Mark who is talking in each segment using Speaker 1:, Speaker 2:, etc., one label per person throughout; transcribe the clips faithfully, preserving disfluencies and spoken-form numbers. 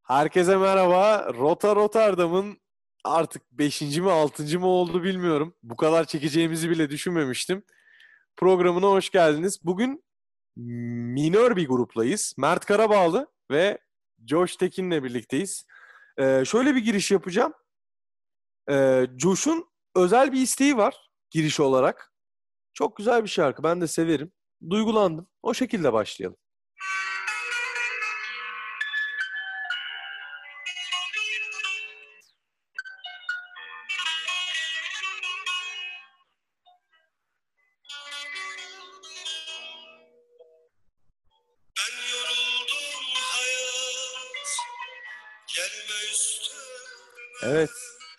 Speaker 1: Herkese merhaba. Rota Rotterdam'ın artık beşinci mi altıncı mı oldu bilmiyorum. Bu kadar çekeceğimizi bile düşünmemiştim. Programına hoş geldiniz. Bugün minör bir gruplayız. Mert Karabağlı ve Josh Tekin'le birlikteyiz. Ee, şöyle bir giriş yapacağım. Ee, Josh'un özel bir isteği var giriş olarak. Çok güzel bir şarkı. Ben de severim. Duygulandım. O şekilde başlayalım. Evet.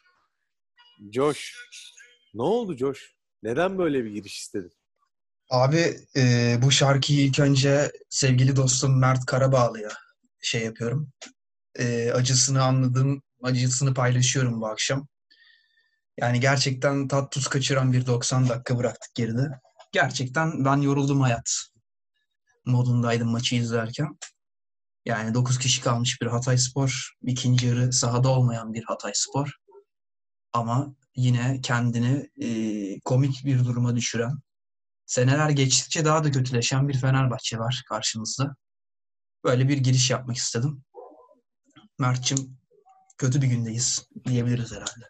Speaker 1: Josh. Ne oldu Josh? Neden böyle bir giriş istedin?
Speaker 2: Abi e, bu şarkıyı ilk önce sevgili dostum Mert Karabağlı'ya şey yapıyorum. E, acısını anladım, acısını paylaşıyorum bu akşam. Yani gerçekten tat tuz kaçıran bir doksan dakika bıraktık geride. Gerçekten ben yoruldum hayat modundaydım maçı izlerken. Yani dokuz kişi kalmış bir Hatayspor, ikinci yarı sahada olmayan bir Hatayspor. Ama yine kendini e, komik bir duruma düşüren, seneler geçtikçe daha da kötüleşen bir Fenerbahçe var karşımızda. Böyle bir giriş yapmak istedim. Mert'cim kötü bir gündeyiz diyebiliriz herhalde.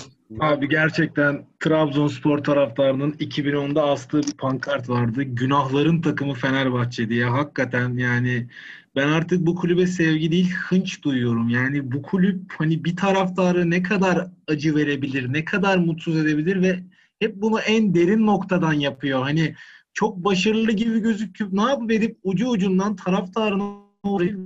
Speaker 3: Abi gerçekten Trabzonspor taraftarının iki bin onda astığı bir pankart vardı. Günahların takımı Fenerbahçe diye. Hakikaten yani ben artık bu kulübe sevgi değil hınç duyuyorum. Yani bu kulüp hani bir taraftarı ne kadar acı verebilir, ne kadar mutsuz edebilir ve hep bunu en derin noktadan yapıyor. Hani çok başarılı gibi gözüküp ne yapıp edip ucu ucundan taraftarını oraya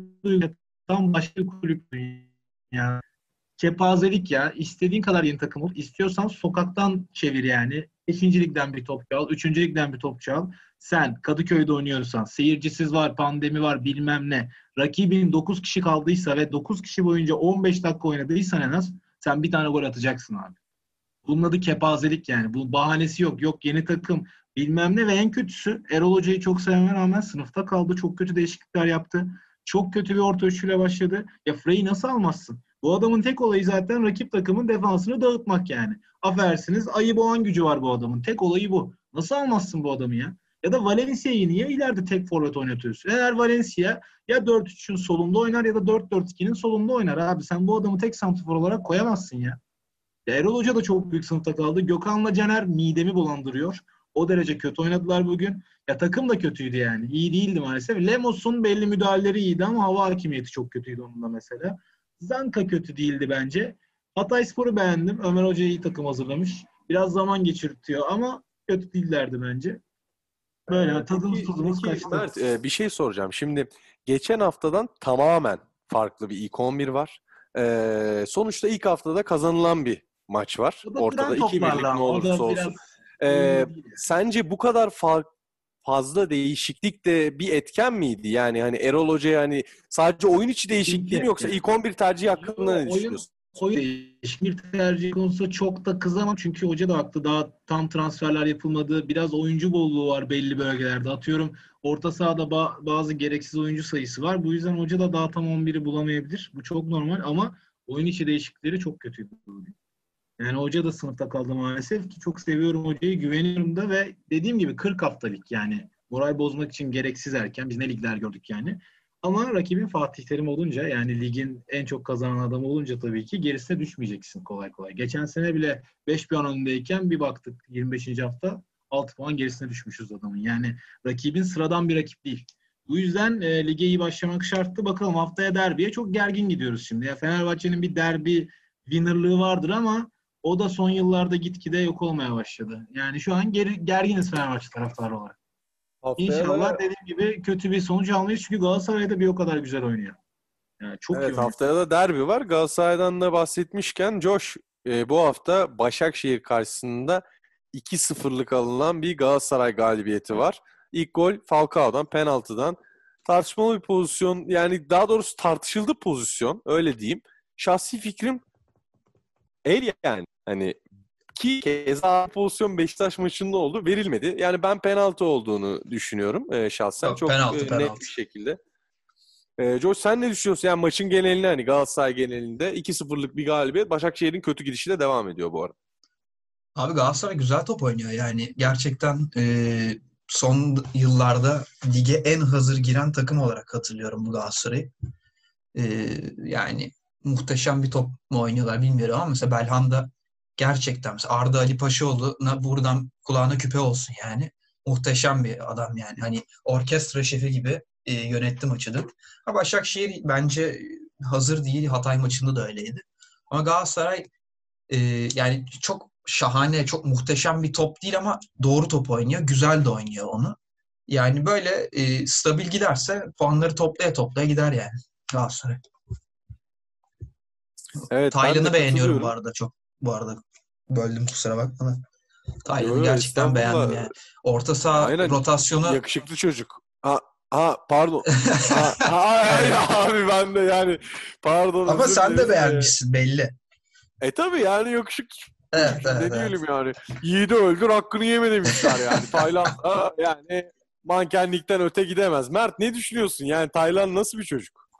Speaker 3: tam başka bir kulüp yani. Kepazelik ya. İstediğin kadar yeni takım ol. İstiyorsan sokaktan çevir yani. Beşinci ligden bir topçu al. Üçüncü ligden bir topçu al. Sen Kadıköy'de oynuyorsan, seyircisiz var, pandemi var, bilmem ne. Rakibin dokuz kişi kaldıysa ve dokuz kişi boyunca on beş dakika oynadıysan en az sen bir tane gol atacaksın abi. Bunun adı kepazelik yani. Bu bahanesi yok. Yok yeni takım bilmem ne ve en kötüsü Erol Hoca'yı çok sevmeme rağmen sınıfta kaldı. Çok kötü değişiklikler yaptı. Çok kötü bir orta üçlüyle başladı. Ya Frey'i nasıl almazsın? Bu adamın tek olayı zaten rakip takımın defansını dağıtmak yani. Affedersiniz ayı boğan gücü var bu adamın. Tek olayı bu. Nasıl almazsın bu adamı ya? Ya da Valencia'yı niye ileride tek forvet oynatıyorsun? Eğer Valencia ya dört üçün solunda oynar ya da dört dört ikinin solunda oynar abi. Sen bu adamı tek santrafor olarak koyamazsın ya. Ya Erol Hoca da çok büyük sınıfta kaldı. Gökhan'la Caner midemi bulandırıyor. O derece kötü oynadılar bugün. Ya takım da kötüydü yani. İyi değildi maalesef. Lemos'un belli müdahaleleri iyiydi ama hava hakimiyeti çok kötüydü onun da mesela. Zanka kötü değildi bence. Hatayspor'u beğendim. Ömer Hoca iyi takım hazırlamış. Biraz zaman geçirtiyor ama kötü değillerdi bence. Böyle
Speaker 1: Ee,
Speaker 3: tadımız
Speaker 1: peki,
Speaker 3: tuzumuz
Speaker 1: peki
Speaker 3: kaçtı.
Speaker 1: Mert, e, bir şey soracağım. Şimdi geçen haftadan tamamen farklı bir ilk on bir var. Ee, sonuçta ilk haftada kazanılan bir maç var.
Speaker 3: O da
Speaker 1: Ortada
Speaker 3: tren
Speaker 1: iki birlik
Speaker 3: toplarla
Speaker 1: ne
Speaker 3: ama o
Speaker 1: olursa
Speaker 3: da biraz
Speaker 1: olsun. Ee,
Speaker 3: uyumlu değil yani.
Speaker 1: sence bu kadar fa- fazla değişiklik de bir etken miydi? Yani hani Erol Hoca'ya hani sadece oyun içi değişikliği mi
Speaker 3: Kesinlikle.
Speaker 1: yoksa ilk on bir tercihi hakkında
Speaker 3: Yo,
Speaker 1: ne
Speaker 3: oyun
Speaker 1: düşünüyorsun?
Speaker 3: oyun değişik bir tercih konusunda çok da kızamam çünkü hoca da haklı. Daha tam transferler yapılmadı. Biraz oyuncu bolluğu var belli bölgelerde. Atıyorum orta sahada ba- bazı gereksiz oyuncu sayısı var. Bu yüzden hoca da daha tam on biri bulamayabilir. Bu çok normal ama oyun içi değişiklikleri çok kötüydü. Yani hoca da sınıfta kaldı maalesef ki çok seviyorum hocayı, güveniyorum da ve dediğim gibi kırk haftalık yani moral bozmak için gereksiz erken. Biz ne ligler gördük yani. Ama rakibin Fatih Terim olunca yani ligin en çok kazanan adamı olunca tabii ki gerisine düşmeyeceksin kolay kolay. Geçen sene bile beş puan önündeyken bir baktık yirmi beşinci hafta altı puan gerisine düşmüşüz adamın. Yani rakibin sıradan bir rakip değil. Bu yüzden e, lige iyi başlamak şarttı. Bakalım haftaya derbiye çok gergin gidiyoruz şimdi. Ya Fenerbahçe'nin bir derbi winnerlığı vardır ama o da son yıllarda gitgide yok olmaya başladı. Yani şu an geri, gerginiz Fenerbahçe taraftarı olarak.
Speaker 1: Haftaya
Speaker 3: İnşallah
Speaker 1: da
Speaker 3: dediğim gibi kötü bir sonuç almayız. Çünkü Galatasaray'da bir o kadar güzel oynuyor. Yani çok iyi
Speaker 1: Evet,
Speaker 3: oynuyor.
Speaker 1: haftaya da derbi var. Galatasaray'dan da bahsetmişken Josh e, bu hafta Başakşehir karşısında iki sıfırlık alınan bir Galatasaray galibiyeti var. İlk gol Falcao'dan penaltıdan. Tartışmalı bir pozisyon, yani daha doğrusu tartışıldı pozisyon, öyle diyeyim. Şahsi fikrim el, yani hani ki keza pozisyon Beşiktaş maçında oldu, verilmedi. Yani ben penaltı olduğunu düşünüyorum e, şahsen
Speaker 2: Yok,
Speaker 1: çok
Speaker 2: penaltı
Speaker 1: e, net
Speaker 2: penaltı.
Speaker 1: bir şekilde. Ee, Josh sen ne düşünüyorsun? Yani maçın genelinde hani Galatasaray genelinde iki sıfırlık bir galibiyet. Başakşehir'in kötü gidişi de devam ediyor bu arada.
Speaker 2: Abi Galatasaray güzel top oynuyor yani. Gerçekten e, son yıllarda lige en hazır giren takım olarak hatırlıyorum bu Galatasaray'ı. E, Yani muhteşem bir top mu oynuyorlar bilmiyorum ama mesela Belhanda gerçekten mesela Arda Ali Paşaoğlu'na buradan kulağına küpe olsun yani. Muhteşem bir adam yani. Hani orkestra şefi gibi e, yönetti maçı da. Ha, Başakşehir bence hazır değil. Hatay maçında da öyleydi. Ama Galatasaray e, yani çok şahane, çok muhteşem bir top değil ama doğru top oynuyor. Güzel de oynuyor onu. Yani böyle e, stabil giderse puanları toplaya toplaya gider yani Galatasaray.
Speaker 1: Evet ben de
Speaker 2: Taylan'ı beğeniyorum bu
Speaker 1: katılıyorum.
Speaker 2: arada çok. Bu arada böldüm kusura bakma da.
Speaker 1: Yo
Speaker 2: Taylan'ı
Speaker 1: yo
Speaker 2: gerçekten beğendim
Speaker 1: estağfurullah.
Speaker 2: yani. Orta saha
Speaker 1: Aynen
Speaker 2: rotasyonu
Speaker 1: yakışıklı çocuk. Ha, ha pardon. Ha, ha,
Speaker 2: evet.
Speaker 1: ya abi ben de yani pardon
Speaker 2: Ama
Speaker 1: özür
Speaker 2: sen de
Speaker 1: dilerim. Ee,
Speaker 2: beğenmişsin belli.
Speaker 1: e tabii yani yakışıklı çocuk
Speaker 2: Evet,
Speaker 1: şimdi
Speaker 2: evet,
Speaker 1: ne diyelim
Speaker 2: evet.
Speaker 1: yani. Yiğidi öldür hakkını yeme demişler yani. Tayland ha, yani mankenlikten öte gidemez. Mert ne düşünüyorsun? Yani Tayland nasıl bir çocuk?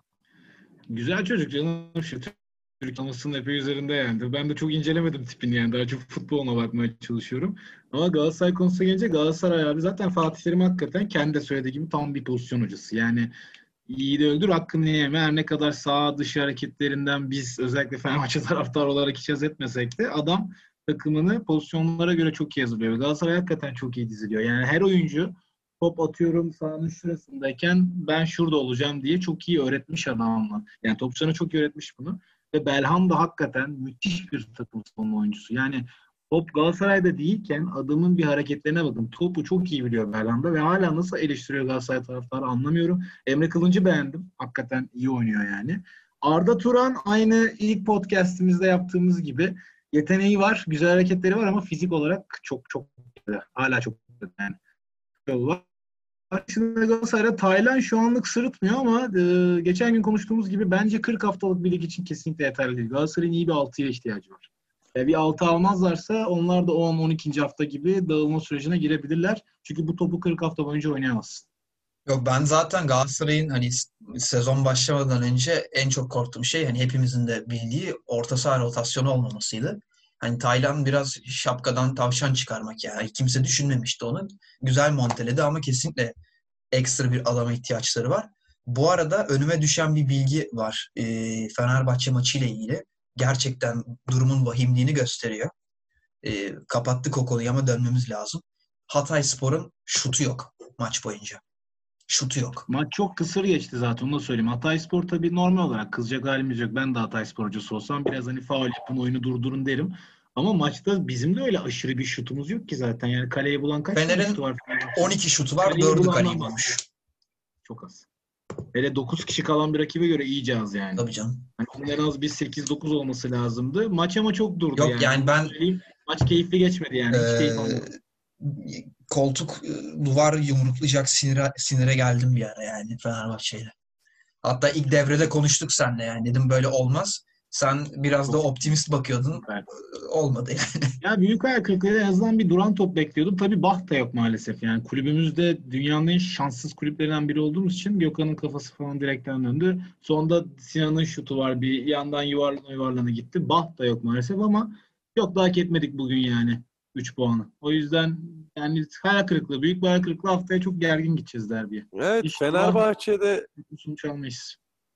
Speaker 3: Güzel çocuk canım. Şu Türk olmasının epey üzerinde yani. Ben de çok incelemedim tipini yani. Daha çok futboluna bakmaya çalışıyorum. Ama Galatasaray konusuna gelince Galatasaray abi zaten Fatih Terim hakikaten kendi de söylediği gibi tam bir pozisyon hocası. Yani iyi de öldür hakkını yeme. Her ne kadar sağ dışı hareketlerinden biz özellikle Fenerbahçe taraftarı olarak hiç haz etmesek de adam takımını pozisyonlara göre çok iyi hazırlıyor. Ve Galatasaray hakikaten çok iyi diziliyor. Yani her oyuncu top atıyorum sahanın şurasındayken ben şurada olacağım diye çok iyi öğretmiş adamla. Yani topçularına çok iyi öğretmiş bunu. Ve Belham da hakikaten müthiş bir takım savunma oyuncusu. Yani top Galatasaray'da değilken adamın bir hareketlerine bakın. Topu çok iyi biliyor Belhanda ve hala nasıl eleştiriyor Galatasaray taraftarı anlamıyorum. Emre Kılınç'ı beğendim. Hakikaten iyi oynuyor yani. Arda Turan aynı ilk podcast'imizde yaptığımız gibi yeteneği var, güzel hareketleri var ama fizik olarak çok çok hala çok yani yolu var. Şimdi Galatasaray'da Taylan şu anlık sırıtmıyor ama e, geçen gün konuştuğumuz gibi bence kırk haftalık bir lig için kesinlikle yeterli değil. Galatasaray'ın iyi bir altıya ihtiyacı var. E, bir altı almazlarsa onlar da on on ikinci hafta gibi dağılma sürecine girebilirler. Çünkü bu topu kırk hafta boyunca oynayamazsın.
Speaker 2: Yok ben zaten Galatasaray'ın hani s- sezon başlamadan önce en çok korktuğum şey hani hepimizin de bildiği orta saha rotasyonu olmamasıydı. Hani Taylan biraz şapkadan tavşan çıkarmak yani. Kimse düşünmemişti onu. Güzel monteledi ama kesinlikle ekstra bir adama ihtiyaçları var. Bu arada önüme düşen bir bilgi var. Ee, Fenerbahçe maçıyla ilgili. Gerçekten durumun vahimliğini gösteriyor. Ee, kapattık o konuyu ama dönmemiz lazım. Hatayspor'un şutu yok maç boyunca. Şutu yok.
Speaker 3: Maç çok kısır geçti zaten onu da söyleyeyim. Hatayspor tabii normal olarak kızacak halimiz yok. Ben de Hataysporcusu olsam biraz hani faul yapın oyunu durdurun derim. Ama maçta bizim de öyle aşırı bir şutumuz yok ki zaten. Yani kaleyi bulan kaç tane şutu
Speaker 2: Fener'in
Speaker 3: var Fenerbahçe'nin?
Speaker 2: on iki şutu var,
Speaker 3: Kaleyi
Speaker 2: dördü kaleyi
Speaker 3: bulandan
Speaker 2: bulmuş.
Speaker 3: bahsediyorum. Çok az. Hele dokuz kişi kalan bir rakibe göre iyice az yani.
Speaker 2: Tabii canım.
Speaker 3: Hani onun en az bir sekiz dokuz olması lazımdı. Maç ama çok durdu
Speaker 2: Yok
Speaker 3: yani.
Speaker 2: yani
Speaker 3: Onu da
Speaker 2: ben
Speaker 3: söyleyeyim. Maç keyifli geçmedi yani. Hiç keyif
Speaker 2: eee,
Speaker 3: almadım.
Speaker 2: koltuk e, duvar yumruklayacak sinire, sinire geldim bir ara yani Fenerbahçe'yle. Hatta ilk devrede konuştuk seninle yani. Dedim böyle olmaz. Sen biraz da
Speaker 3: Çok
Speaker 2: optimist bakıyordun.
Speaker 3: süper.
Speaker 2: Olmadı yani.
Speaker 3: Ya büyük hayal kırıklığı en azından bir duran top bekliyordum. Tabii Bah da yok maalesef. Yani kulübümüzde dünyanın en şanssız kulüplerinden biri olduğumuz için Gökhan'ın kafası falan direkten döndü. Sonunda Sinan'ın şutu var. Bir yandan yuvarlana yuvarlana gitti. Bah da yok maalesef ama çok da hak etmedik bugün yani üç puanı. O yüzden yani hayal kırıklığı, büyük bir hayal kırıklığı haftaya çok gergin gideceğiz derbiye.
Speaker 1: Evet
Speaker 3: İnşallah
Speaker 1: Fenerbahçe'de
Speaker 3: sonuç almayız.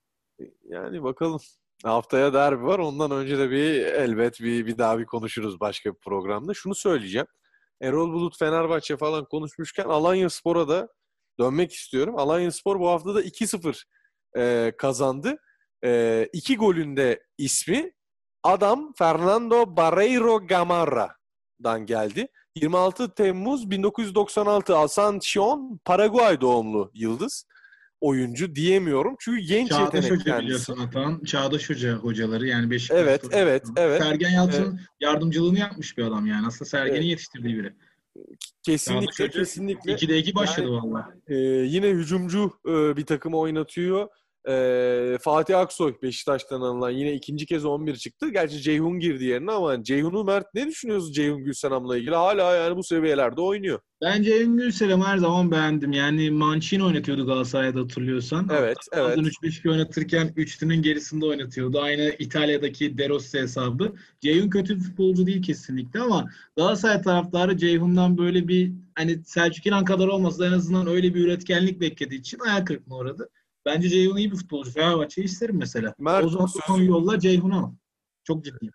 Speaker 1: yani bakalım. Haftaya derbi var. Ondan önce de bir elbet bir, bir daha bir konuşuruz başka bir programda. Şunu söyleyeceğim. Erol Bulut Fenerbahçe falan konuşmuşken Alanyaspor'a da dönmek istiyorum. Alanyaspor bu hafta da iki sıfır e, kazandı. E, iki golünde ismi adam Fernando Barreiro Gamarra'dan geldi. yirmi altı Temmuz bin dokuz yüz doksan altı Asunción Paraguay doğumlu yıldız oyuncu diyemiyorum. Çünkü genç
Speaker 3: Çağdaş
Speaker 1: yetenek
Speaker 3: Hoca
Speaker 1: kendisi.
Speaker 3: biliyorsun Atan. Çağdaş Hoca hocaları yani
Speaker 1: Evet,
Speaker 3: Beşiktaş'ta
Speaker 1: evet,
Speaker 3: oynayan.
Speaker 1: evet.
Speaker 3: Sergen
Speaker 1: Ee,
Speaker 3: Yalçın'ın yardımcılığını yapmış bir adam yani. Aslında Sergen'in
Speaker 1: e,
Speaker 3: yetiştirdiği biri. Çağdaş
Speaker 1: kesinlikle,
Speaker 3: Hoca
Speaker 1: kesinlikle.
Speaker 3: ikide iki
Speaker 1: Yani
Speaker 3: başladı valla.
Speaker 1: e, yine hücumcu e, bir takımı oynatıyor. Ee, Fatih Aksoy Beşiktaş'tan alınan yine ikinci kez on bir çıktı. Gerçi Ceyhun girdi yerine ama Ceyhun'u Mert ne düşünüyorsun Ceyhun Gülselam'la ilgili? Hala yani bu seviyelerde oynuyor.
Speaker 3: Bence Engin Selam'ı her zaman beğendim. Yani Mancini oynatıyordu Galatasaray'da hatırlıyorsan.
Speaker 1: Evet,
Speaker 3: Hatta
Speaker 1: evet.
Speaker 3: bazen üç beş iki oynatırken üçlünün gerisinde oynatıyordu. Aynı İtalya'daki De Rossi hesabı. Ceyhun kötü bir futbolcu değil kesinlikle ama Galatasaray taraftarı Ceyhun'dan böyle bir hani Selçuk İnan kadar olmasa da en azından öyle bir üretkenlik beklediği için hayal kırıklığına uğradı. Bence Ceyhun iyi bir futbolcu. Fenerbahçe'yi isterim mesela.
Speaker 1: Mert
Speaker 3: O zaman
Speaker 1: sözü...
Speaker 3: yolla Ceyhun'u al. Çok ciddiyim.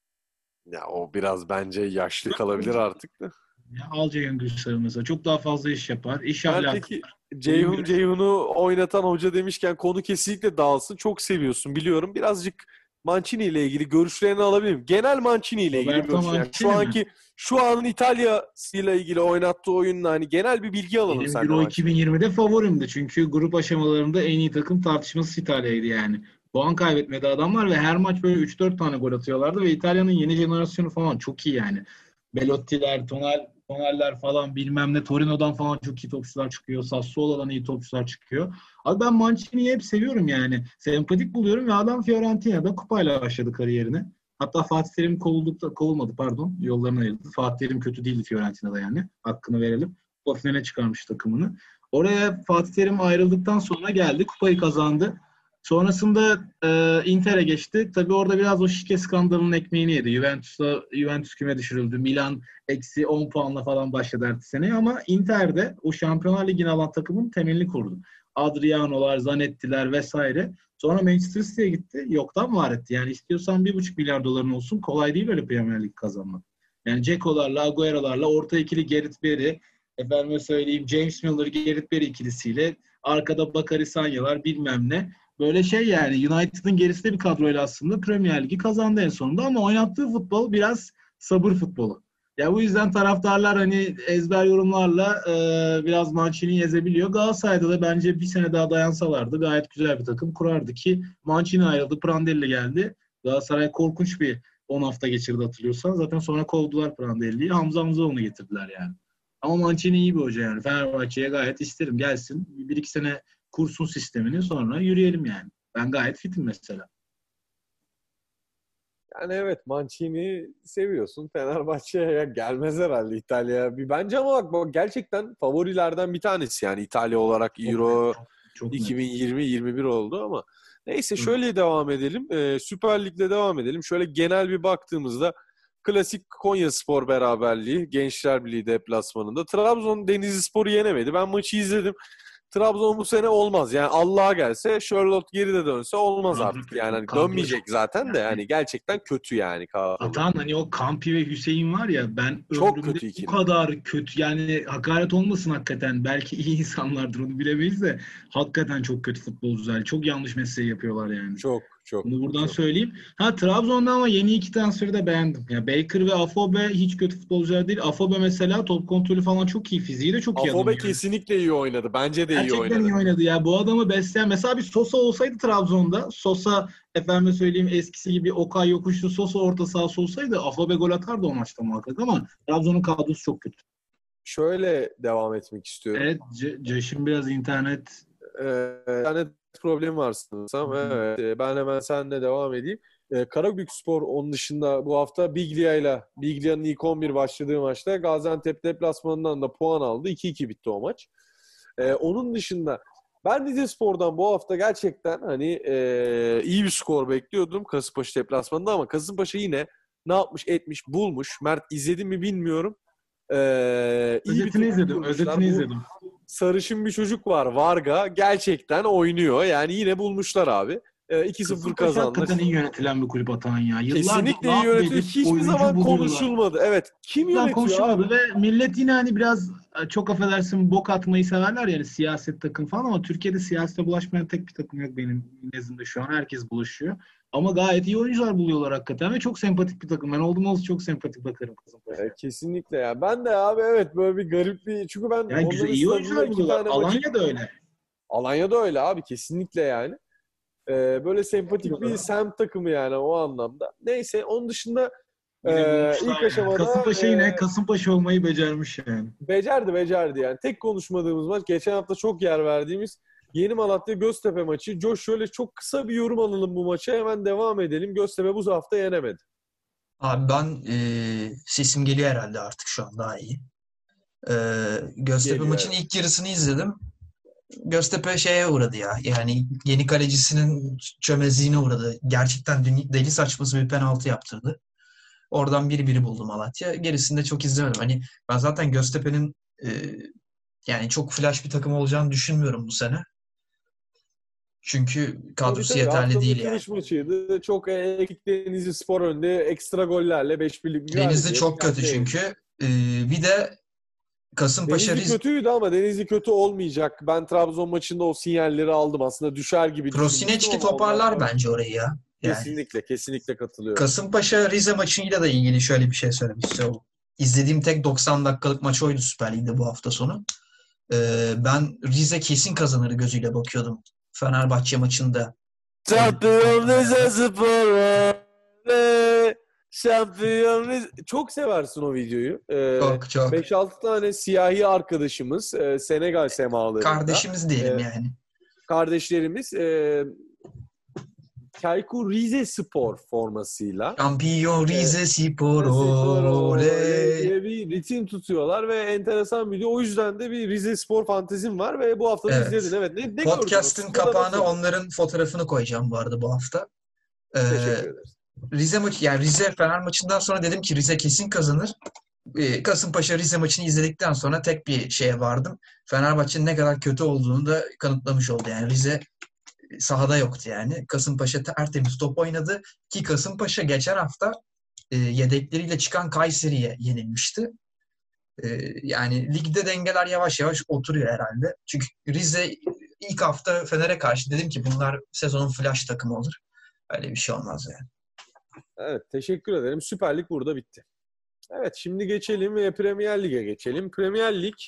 Speaker 1: Ya o biraz bence yaşlı kalabilir artık da.
Speaker 3: Ya, al Ceyhun Gülsever mesela. Çok daha fazla iş yapar. İş
Speaker 1: Mert
Speaker 3: ahlakı
Speaker 1: peki
Speaker 3: var.
Speaker 1: Ceyhun
Speaker 3: Oyun
Speaker 1: Ceyhun'u oynatan hoca demişken konu kesinlikle dağılsın. Çok seviyorsun biliyorum. Birazcık Mancini ile ilgili görüşlerini alabilirim. Genel Mancini ile ilgili
Speaker 3: Roberto
Speaker 1: görüşlerini. Yani şu
Speaker 3: Mancini mi?
Speaker 1: anki şu anın İtalya'sıyla ilgili oynattığı oyunla hani genel bir bilgi alalım
Speaker 3: Benim
Speaker 1: seninle
Speaker 3: Euro
Speaker 1: Mancini.
Speaker 3: iki bin yirmide favorimdi. Çünkü grup aşamalarında en iyi takım tartışması İtalya'ydı yani. Puan kaybetmedi adamlar ve her maç böyle üç dört tane gol atıyorlardı ve İtalya'nın yeni jenerasyonu falan çok iyi yani. Belotti'ler, Tonal, Tonal'ler falan bilmem ne. Torino'dan falan çok iyi topçular çıkıyor. Sassuolo'dan iyi topçular çıkıyor. Abi ben Mancini'yi hep seviyorum yani. Sempatik buluyorum ve adam Fiorentina'da kupayla başladı kariyerine. Hatta Fatih Terim kovuldukta, kovulmadı pardon. Yollarına ayrıldı. Fatih Terim kötü değildi Fiorentina'da yani. Hakkını verelim. Kupa finaline çıkarmış takımını. Oraya Fatih Terim ayrıldıktan sonra geldi. Kupayı kazandı. Sonrasında e, Inter'e geçti. Tabii orada biraz o şike skandalının ekmeğini yedi. Juventus'la Juventus küme düşürüldü. Milan eksi on puanla falan başladı ertesi sene. Ama Inter'de o Şampiyonlar Ligi'ni alan takımın temelini kurdu. Adriano'lar, Zanetti'ler vesaire. Sonra Manchester City'ye gitti. Yoktan var etti. Yani istiyorsan bir buçuk milyar doların olsun. Kolay değil öyle Premier Lig kazanmak. Yani Ceko'larla, Agüero'larla orta ikili Gareth Bale, efendime söyleyeyim James Miller, Gareth Bale ikilisiyle arkada Bakary Sagnalar bilmem ne. Böyle şey yani United'ın gerisinde bir kadroyla aslında Premier Ligi kazandı en sonunda ama oynattığı futbol biraz sabır futbolu. Ya bu yüzden taraftarlar hani ezber yorumlarla e, biraz Mancini'yi ezebiliyor. Galatasaray'da da bence bir sene daha dayansalardı gayet güzel bir takım kurardı ki Mancini ayrıldı, Prandelli geldi. Galatasaray korkunç bir on hafta geçirdi hatırlıyorsan. Zaten sonra kovdular Prandelli'yi. Hamza Hamzaoğlu'nu getirdiler yani. Ama Mancini iyi bir hoca yani. Fenerbahçe'ye gayet isterim. Gelsin bir iki sene kursun sistemini sonra yürüyelim yani. Ben gayet fitim mesela.
Speaker 1: Yani evet Mancini seviyorsun. Fenerbahçe'ye gelmez herhalde İtalya. Bir bence ama bak, bak gerçekten favorilerden bir tanesi yani İtalya olarak
Speaker 3: Çok
Speaker 1: Euro
Speaker 3: net. Çok, çok net.
Speaker 1: iki bin yirmi yirmi bir oldu ama neyse
Speaker 3: Hı.
Speaker 1: şöyle devam edelim. Ee, Süper Lig'le devam edelim. Şöyle genel bir baktığımızda klasik Konyaspor beraberliği Gençler Birliği deplasmanında. Trabzon Denizlispor'u yenemedi. Ben maçı izledim. Trabzon bu sene olmaz. Yani Allah'a gelse Charlotte geri de dönse olmaz
Speaker 3: Kadro
Speaker 1: artık. Yani
Speaker 3: kötü.
Speaker 1: hani
Speaker 3: Kadro
Speaker 1: dönmeyecek
Speaker 3: çok
Speaker 1: zaten de
Speaker 3: yani.
Speaker 1: yani gerçekten kötü yani kadro.
Speaker 3: Atan hani o Kampi ve Hüseyin var ya ben
Speaker 1: Çok
Speaker 3: ömrümde
Speaker 1: kötü
Speaker 3: bu
Speaker 1: ikili.
Speaker 3: kadar kötü yani hakaret olmasın hakikaten belki iyi insanlardır onu bilemeyiz de hakikaten çok kötü futbolcular. Çok yanlış mesleği yapıyorlar yani.
Speaker 1: Çok çok
Speaker 3: Bunu buradan
Speaker 1: çok.
Speaker 3: söyleyeyim. Ha Trabzon'da ama yeni iki transferi de beğendim. Ya Baker ve Afobe hiç kötü futbolcular değil. Afobe mesela top kontrolü falan çok iyi. Fiziği de çok iyi adamın.
Speaker 1: Afobe
Speaker 3: Yani.
Speaker 1: kesinlikle iyi oynadı. Bence de iyi
Speaker 3: Gerçekten
Speaker 1: oynadı.
Speaker 3: iyi oynadı ya. Bu adamı besleyen mesela bir Sosa olsaydı Trabzon'da Sosa efendim söyleyeyim eskisi gibi Okay yokuşlu Sosa orta sahası olsaydı Afobe gol atardı o maçta muhakkak ama Trabzon'un kadrosu çok kötü.
Speaker 1: Şöyle devam etmek istiyorum.
Speaker 3: Evet C- Ceş'in biraz internet
Speaker 1: Ee, internet problemi var sanırsam. Evet. Ee, Ben hemen seninle devam edeyim. Ee, Karabükspor onun dışında bu hafta Biglia ile Biglia'nın ilk on bir başladığı maçta Gaziantep deplasmanından da puan aldı. iki iki bitti o maç. Ee, onun dışında ben Rizespor'dan bu hafta gerçekten hani e, iyi bir skor bekliyordum Kasımpaşa deplasmanında ama Kasımpaşa yine ne yapmış etmiş bulmuş. Mert izledi mi bilmiyorum. Ee, iyi bir
Speaker 3: özetini
Speaker 1: takım
Speaker 3: izledim.
Speaker 1: kurmuşlar.
Speaker 3: Özetini
Speaker 1: Bu
Speaker 3: izledim.
Speaker 1: sarışın bir çocuk var Varga. Gerçekten oynuyor. Yani yine bulmuşlar abi. Ee, iki sıfır
Speaker 3: Kasımpaşa
Speaker 1: kazandılar.
Speaker 3: hakikaten iyi yönetilen bir kulüp Atan ya. Yıllardır
Speaker 1: Kesinlikle iyi
Speaker 3: vaat
Speaker 1: yönetiyor.
Speaker 3: edip
Speaker 1: Hiçbir
Speaker 3: oyuncu
Speaker 1: zaman
Speaker 3: buluyorlar.
Speaker 1: konuşulmadı. Evet. Kim
Speaker 3: Bizden
Speaker 1: yönetiyor abi?
Speaker 3: konuşulmadı ve millet yine hani biraz e, çok affedersin bok atmayı severler yani siyaset takım falan ama Türkiye'de siyasete bulaşmayan tek bir takım yok benim nezdimde şu an. Herkes bulaşıyor. Ama gayet iyi oyuncular buluyorlar hakikaten ve çok sempatik bir takım. Ben oldum olsun çok sempatik bakarım
Speaker 1: Ee,
Speaker 3: Kasımpaşa'ya.
Speaker 1: kesinlikle ya. Ben de abi evet böyle bir garip bir... Çünkü ben
Speaker 3: Yani güzel
Speaker 1: onların
Speaker 3: iyi
Speaker 1: stadında
Speaker 3: oyuncular
Speaker 1: iki
Speaker 3: buluyorlar.
Speaker 1: tane maçı...
Speaker 3: Alanya da öyle.
Speaker 1: Alanya'da öyle abi. Kesinlikle yani. Ee, böyle sempatik bir
Speaker 3: Buluyorlar.
Speaker 1: semt takımı yani o anlamda. Neyse onun dışında
Speaker 3: Yine
Speaker 1: e, ilk
Speaker 3: bulmuşlar yani.
Speaker 1: aşamada
Speaker 3: Kasımpaşa
Speaker 1: e,
Speaker 3: yine Kasımpaşa olmayı becermiş yani.
Speaker 1: becerdi becerdi yani. Tek konuşmadığımız maç geçen hafta çok yer verdiğimiz Yeni Malatya Göztepe maçı. Coş, şöyle çok kısa bir yorum alalım bu maça. Hemen devam edelim. Göztepe bu hafta yenemedi.
Speaker 2: Abi ben e, sesim geliyor herhalde artık şu an daha iyi. E, Göztepe
Speaker 1: Geliyor,
Speaker 2: maçının
Speaker 1: evet.
Speaker 2: ilk yarısını izledim. Göztepe şeye uğradı ya. Yani yeni kalecisinin çömezliğine uğradı. Gerçekten dünya- deli saçması bir penaltı yaptırdı. Oradan biri biri buldu Malatya. Gerisini de çok izlemedim. Hani ben zaten Göztepe'nin e, yani çok flash bir takım olacağını düşünmüyorum bu sene. Çünkü
Speaker 1: Tabii
Speaker 2: kadrosu
Speaker 1: tabii,
Speaker 2: yeterli
Speaker 1: haftanın
Speaker 2: değil yani.
Speaker 1: açılış maçıydı. Çok ekik Denizli Spor önde. Ekstra gollerle beş birlik bir
Speaker 2: Denizli
Speaker 1: galibiyet.
Speaker 2: çok kötü
Speaker 1: Kendi evinde.
Speaker 2: çünkü. E, bir de Kasımpaşa
Speaker 1: Denizli
Speaker 2: Riz
Speaker 1: kötüydü ama Denizli kötü olmayacak. Ben Trabzon maçında o sinyalleri aldım. Aslında düşer gibi düşünmüştüm
Speaker 2: Krosineçki
Speaker 1: ama ondan
Speaker 2: toparlar
Speaker 1: sonra
Speaker 2: bence orayı ya. Yani
Speaker 1: kesinlikle kesinlikle katılıyorum.
Speaker 2: Kasımpaşa Rize maçıyla da ilgili şöyle bir şey söylemek istiyorum. İzlediğim tek doksan dakikalık maç oydu Süper Lig'de bu hafta sonu. Ee, ben Rize kesin kazanır gözüyle bakıyordum Fenerbahçe maçında.
Speaker 1: Şampiyon Rizespor oley! Şampiyon Rize... Çok seversin o videoyu. Ee,
Speaker 2: Çok çok.
Speaker 1: beş altı tane siyahi arkadaşımız e, Senegal semalarında.
Speaker 2: Kardeşimiz diyelim
Speaker 1: E,
Speaker 2: yani.
Speaker 1: kardeşlerimiz e, Çaykur Rizespor formasıyla
Speaker 2: Şampiyon
Speaker 1: e,
Speaker 2: Rize Spor
Speaker 1: Rizespor oley
Speaker 2: oley.
Speaker 1: diye bir ritim tutuyorlar ve enteresan bir video. O yüzden de bir Rizespor fantezim var ve bu hafta da
Speaker 2: Evet.
Speaker 1: izledin. Evet. Ne, ne gördün? O
Speaker 2: Podcast'ın
Speaker 1: stada
Speaker 2: kapağına
Speaker 1: nasıldı?
Speaker 2: onların fotoğrafını koyacağım bu arada bu hafta. Ee,
Speaker 1: Teşekkür ederiz.
Speaker 2: Rize maçı yani Rize Fener maçından sonra dedim ki Rize kesin kazanır. Ee, Kasımpaşa Rize maçını izledikten sonra tek bir şeye vardım. Fenerbahçe'nin ne kadar kötü olduğunu da kanıtlamış oldu. Yani Rize sahada yoktu yani. Kasımpaşa tertemiz top oynadı ki Kasımpaşa geçen hafta e, yedekleriyle çıkan Kayseri'ye yenilmişti. E, yani ligde dengeler yavaş yavaş oturuyor herhalde. Çünkü Rize ilk hafta Fener'e karşı dedim ki bunlar sezonun flash takımı olur. Öyle bir şey olmaz yani.
Speaker 1: Evet, teşekkür ederim. Süper Lig burada bitti. Evet, şimdi geçelim ve Premier Lig'e geçelim. Premier Lig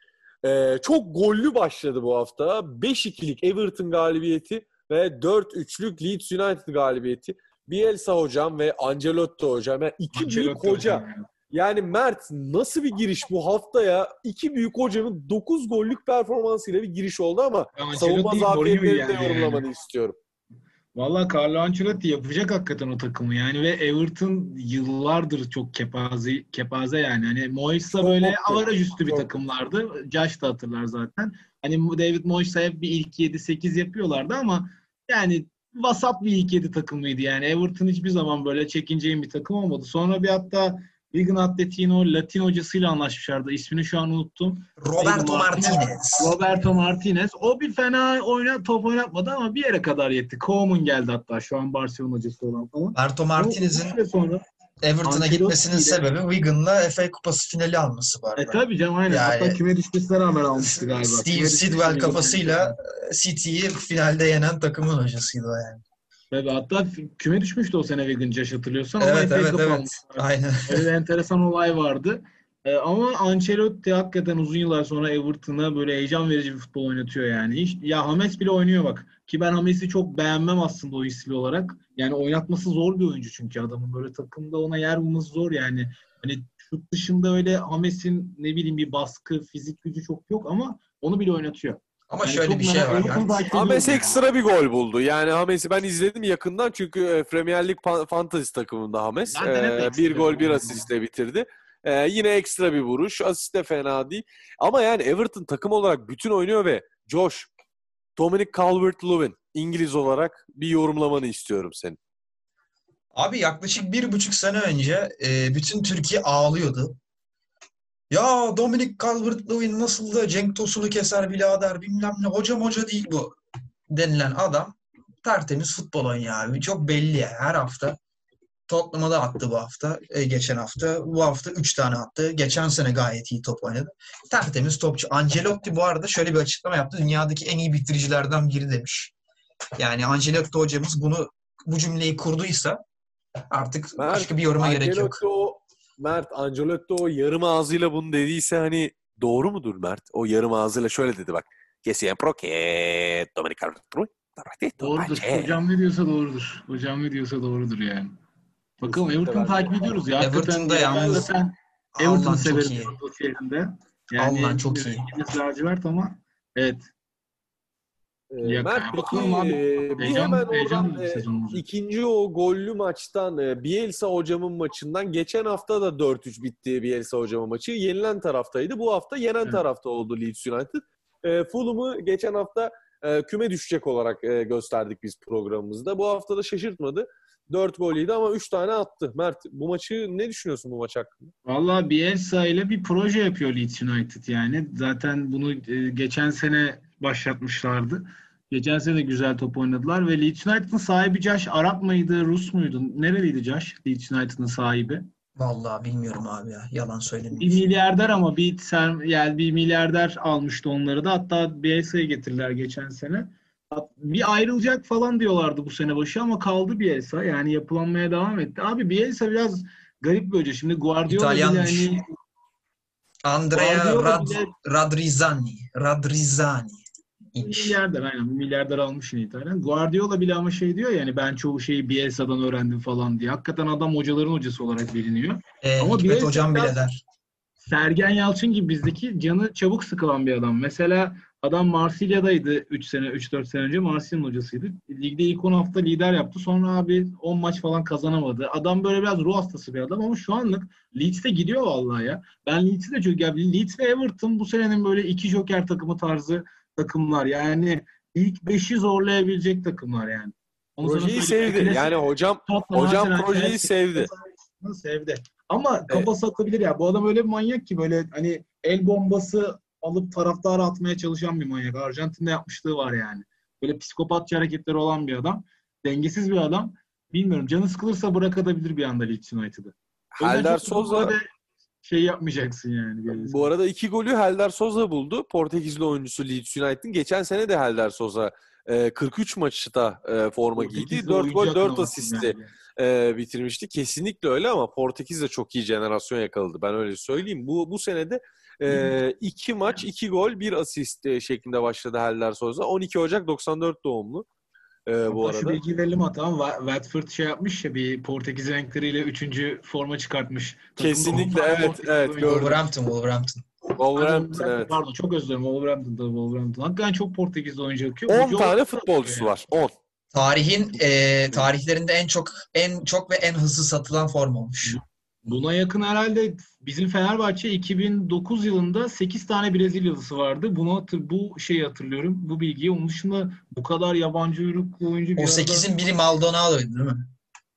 Speaker 1: e, çok gollü başladı bu hafta. beş ikilik Everton galibiyeti ve dört üçlük Leeds United galibiyeti. Bielsa hocam ve Ancelotti hocam. Yani iki büyük
Speaker 3: Ancelotti
Speaker 1: hoca.
Speaker 3: hocam ya.
Speaker 1: Yani Mert, nasıl bir giriş bu haftaya? İki büyük hocanın dokuz gollük performansıyla bir giriş oldu ama
Speaker 3: Ancelotti
Speaker 1: savunma
Speaker 3: değil, Mourinho'yu
Speaker 1: zafiyetlerini de
Speaker 3: yendi yani.
Speaker 1: yorumlamanı istiyorum.
Speaker 3: Valla Carlo Ancelotti yapacak hakikaten o takımı yani ve Everton yıllardır çok kepaze kepaze yani. Hani Moyes'la böyle
Speaker 1: Çok
Speaker 3: avaraj üstü bir
Speaker 1: çok.
Speaker 3: takımlardı. Josh da hatırlar zaten. Hani David Moyes'la hep bir ilk yedi sekiz yapıyorlardı ama yani vasat bir ilk yedi takımıydı yani. Everton hiçbir zaman böyle çekineceğim bir takım olmadı. Sonra bir hatta Wigan Athletic'in o Latin hocasıyla anlaşmışlardı. İsmini şu an unuttum.
Speaker 2: Roberto Martinez.
Speaker 3: Roberto Martinez. O bir fena oyna, top oynatmadı ama bir yere kadar yetti. Koeman geldi hatta şu an Barcelona hocası olan falan.
Speaker 2: Roberto
Speaker 3: Ama
Speaker 2: Martinez'in
Speaker 3: uzun süre sonra
Speaker 2: Everton'a
Speaker 3: Ancelotti
Speaker 2: gitmesinin
Speaker 3: ile
Speaker 2: sebebi Wigan'la F A Kupası finali alması bu
Speaker 3: e
Speaker 2: arada.
Speaker 3: tabii canım aynen. Hatta
Speaker 2: Yani
Speaker 3: küme düşmesine rağmen almıştı galiba.
Speaker 2: Steve
Speaker 3: Küme
Speaker 2: Sidwell
Speaker 3: düşmüştü Wigan
Speaker 2: kafasıyla City'yi finalde yenen takımın hocasıydı o yani.
Speaker 3: tabii hatta küme düşmüştü o sene Wigan, Josh hatırlıyorsan ama
Speaker 2: Evet
Speaker 3: F A
Speaker 2: evet
Speaker 3: Cup
Speaker 2: evet.
Speaker 3: almıştı.
Speaker 2: Aynen.
Speaker 3: Öyle bir enteresan olay vardı. Ee, ama Ancelotti hakikaten uzun yıllar sonra Everton'a böyle heyecan verici bir futbol oynatıyor yani. Hiç, ya James bile oynuyor bak. Ki ben James'i çok beğenmem aslında o stili olarak. Yani oynatması zor bir oyuncu çünkü adamın. Böyle takımda ona yer bulması zor yani. Hani şut dışında öyle James'in ne bileyim bir baskı, fizik gücü çok yok ama onu bile oynatıyor.
Speaker 2: Ama
Speaker 3: Yani
Speaker 2: şöyle
Speaker 3: çok
Speaker 2: bir şey
Speaker 3: merak
Speaker 2: var.
Speaker 3: Everton'u
Speaker 2: Mert.
Speaker 3: takip ediyorum
Speaker 1: Hames
Speaker 3: yani.
Speaker 1: ekstra bir gol buldu. Yani Hames'i ben izledim yakından çünkü e, Premier Lig pan- Fantasy takımında Hames.
Speaker 3: Zaten hep
Speaker 1: E,
Speaker 3: ekstra
Speaker 1: bir gol
Speaker 3: bir
Speaker 1: bir
Speaker 3: gol.
Speaker 1: asistle bitirdi. E, yine ekstra bir vuruş. Asist de fena değil. Ama yani Everton takım olarak bütün oynuyor ve Josh, Dominic Calvert-Lewin İngiliz olarak bir yorumlamanı istiyorum senin.
Speaker 2: Abi yaklaşık bir buçuk sene önce e, bütün Türkiye ağlıyordu. Ya Dominic Calvert-Lewin nasıl da Cenk Tosun'u keser birader bilmem ne. Hocam hoca değil bu denilen adam tertemiz futbol oynuyor abi. Çok belli ya her hafta. Tottenham'a da attı bu hafta. E, geçen hafta. Bu hafta üç tane attı. Geçen sene gayet iyi top oynadı. Tertemiz topçu. Ancelotti bu arada şöyle bir açıklama yaptı. Dünyadaki en iyi bitiricilerden biri demiş. Yani Ancelotti hocamız bunu bu cümleyi kurduysa artık
Speaker 1: Mert,
Speaker 2: başka bir yoruma gerek yok.
Speaker 1: Ancelotti o Mert, Ancelotti o yarım ağzıyla bunu dediyse hani doğru mudur Mert? O yarım ağzıyla şöyle dedi bak. Que siempre que Dominic Calvert-Lewin
Speaker 3: Doğrudur. Hocam ne diyorsa doğrudur. Hocam ne diyorsa doğrudur yani. Bakalım
Speaker 1: Kesinlikle
Speaker 3: Everton'u
Speaker 1: ben de.
Speaker 3: takip ediyoruz ya. Hakikaten
Speaker 2: Everton'da
Speaker 3: yani ben
Speaker 2: yalnız
Speaker 3: zaten Everton'u
Speaker 2: Alman çok
Speaker 3: severim
Speaker 2: iyi.
Speaker 3: Liverpool şehrinde. Yani
Speaker 2: Alman çok iyi.
Speaker 3: İngiliz lacivert ama evet.
Speaker 1: Ee,
Speaker 3: Ya,
Speaker 1: Mert peki
Speaker 3: bakalım abi.
Speaker 1: e, bir
Speaker 3: Heyecan-
Speaker 1: hemen
Speaker 3: heyecanlı
Speaker 1: oradan
Speaker 3: bir
Speaker 1: e,
Speaker 3: sezon olacak.
Speaker 1: ikinci o gollü maçtan e, Bielsa hocamın maçından geçen hafta da dört üç bitti Bielsa hocamın maçı. Yenilen taraftaydı. Bu hafta yenen
Speaker 3: Evet.
Speaker 1: tarafta oldu Leeds United. E, Fulham'ı geçen hafta e, küme düşecek olarak e, gösterdik biz programımızda. Bu hafta da şaşırtmadı. dört gol yedi ama üç tane attı. Mert bu maçı ne düşünüyorsun bu maç hakkında?
Speaker 3: Valla Bielsa ile bir proje yapıyor Leeds United yani. Zaten bunu e, geçen sene başlatmışlardı. Geçen sene de güzel top oynadılar ve Leeds United'ın sahibi Josh Arap mıydı, Rus muydu? Nereliydi Josh? Leeds United'ın sahibi.
Speaker 2: Vallahi bilmiyorum abi ya. Yalan
Speaker 3: Bir
Speaker 2: söylemeyeyim.
Speaker 3: milyarder ama bir sen yani bir milyarder almıştı onları da. Hatta Bielsa'yı getirdiler geçen sene. Hat- Bir ayrılacak falan diyorlardı bu sene başı ama kaldı Bielsa. Yani yapılanmaya devam etti. Abi Bielsa biraz garip bir hoca. Şimdi Guardiola bile
Speaker 2: İtalyanmış.
Speaker 3: hani
Speaker 2: Andrea
Speaker 3: Guardiola
Speaker 2: Rad
Speaker 3: bile
Speaker 2: Radrizzani. Radrizzani. İmiş.
Speaker 3: milyarder aynen milyarder almış yine İtalyan. Guardiola bile ama şey diyor yani ben çoğu şeyi Bielsa'dan öğrendim falan diye. Hakikaten adam hocaların hocası olarak biliniyor.
Speaker 2: E,
Speaker 3: Ama
Speaker 2: Hikmet
Speaker 3: Bielsa
Speaker 2: hocam bile
Speaker 3: biraz
Speaker 2: der.
Speaker 3: Sergen Yalçın gibi bizdeki canı çabuk sıkılan bir adam. Mesela adam Marsilya'daydı üç sene, üç dört sene önce Marsilya'nın hocasıydı. Ligde ilk on hafta lider yaptı. Sonra abi on maç falan kazanamadı. Adam böyle biraz ruh hastası bir adam ama şu anlık Leeds'te gidiyor vallahi ya. Ben Leeds'i de çok ya Leeds ve Everton bu senenin böyle iki joker takımı tarzı takımlar. Yani ilk beşi zorlayabilecek takımlar yani. Onu sana
Speaker 1: Projeyi
Speaker 3: söyleyeyim.
Speaker 1: sevdi.
Speaker 3: Klasik
Speaker 1: Yani hocam
Speaker 3: Tottenham,
Speaker 1: hocam
Speaker 3: Arsenal,
Speaker 1: projeyi
Speaker 3: Chelsea,
Speaker 1: sevdi.
Speaker 3: sevdi. Ama
Speaker 1: E,
Speaker 3: kafası atabilir ya. Bu adam öyle bir manyak ki böyle hani el bombası alıp taraftara atmaya çalışan bir manyak. Arjantin'de yapmışlığı var yani. Böyle psikopatça hareketleri olan bir adam. Dengesiz bir adam. Bilmiyorum. Canı sıkılırsa bırakabilir bir anda Leeds United'ı. O yüzden
Speaker 1: Helder
Speaker 3: çok uzun
Speaker 1: Souza
Speaker 3: vadede şey yapmayacaksın yani.
Speaker 1: bu arada iki golü Helder Souza buldu. Portekizli oyuncusu Leeds United'ın. Geçen sene de Helder Souza e, kırk üç maçta e, forma giydi.
Speaker 3: Portekiz'de
Speaker 1: dört gol
Speaker 3: oyuncu
Speaker 1: dört
Speaker 3: akınamasın
Speaker 1: asistli
Speaker 3: yani.
Speaker 1: e, bitirmişti. Kesinlikle öyle ama Portekiz de çok iyi jenerasyon yakaladı. Ben öyle söyleyeyim. Bu bu senede e, iki maç, iki gol, bir asist e, şeklinde başladı Helder Souza. on iki Ocak doksan dört doğumlu e, bu
Speaker 3: Hatta şu
Speaker 1: arada.
Speaker 3: bilgiyi verelim hatta ama Watford şey yapmış ya bir Portekiz renkleriyle üçüncü forma çıkartmış. Takımda on
Speaker 1: Kesinlikle
Speaker 3: tane
Speaker 1: evet
Speaker 3: Portekizli
Speaker 1: evet
Speaker 3: oyuncu.
Speaker 1: gördüm.
Speaker 2: Wolverhampton, Wolverhampton.
Speaker 3: Hadi
Speaker 1: Wolverhampton
Speaker 3: Wolverhampton,
Speaker 1: evet.
Speaker 3: pardon çok özür dilerim. Wolverhampton'da Wolverhampton. Hakikaten çok Portekizli oyuncu akıyor.
Speaker 1: on
Speaker 3: Hoca olarak
Speaker 1: tane
Speaker 3: da akıyor
Speaker 1: futbolcusu
Speaker 3: yani.
Speaker 1: var. on.
Speaker 2: Tarihin e, tarihlerinde en çok en çok ve en hızlı satılan form olmuş.
Speaker 3: Buna yakın herhalde bizim Fenerbahçe iki bin dokuz yılında sekiz tane Brezilyalısı vardı. Bunu hatır, bu şeyi hatırlıyorum. Bu bilgiyi. Onun dışında bu kadar yabancı uyruklu oyuncu
Speaker 2: O
Speaker 3: bir arada
Speaker 2: sekizin biri Maldonado'ydu değil mi?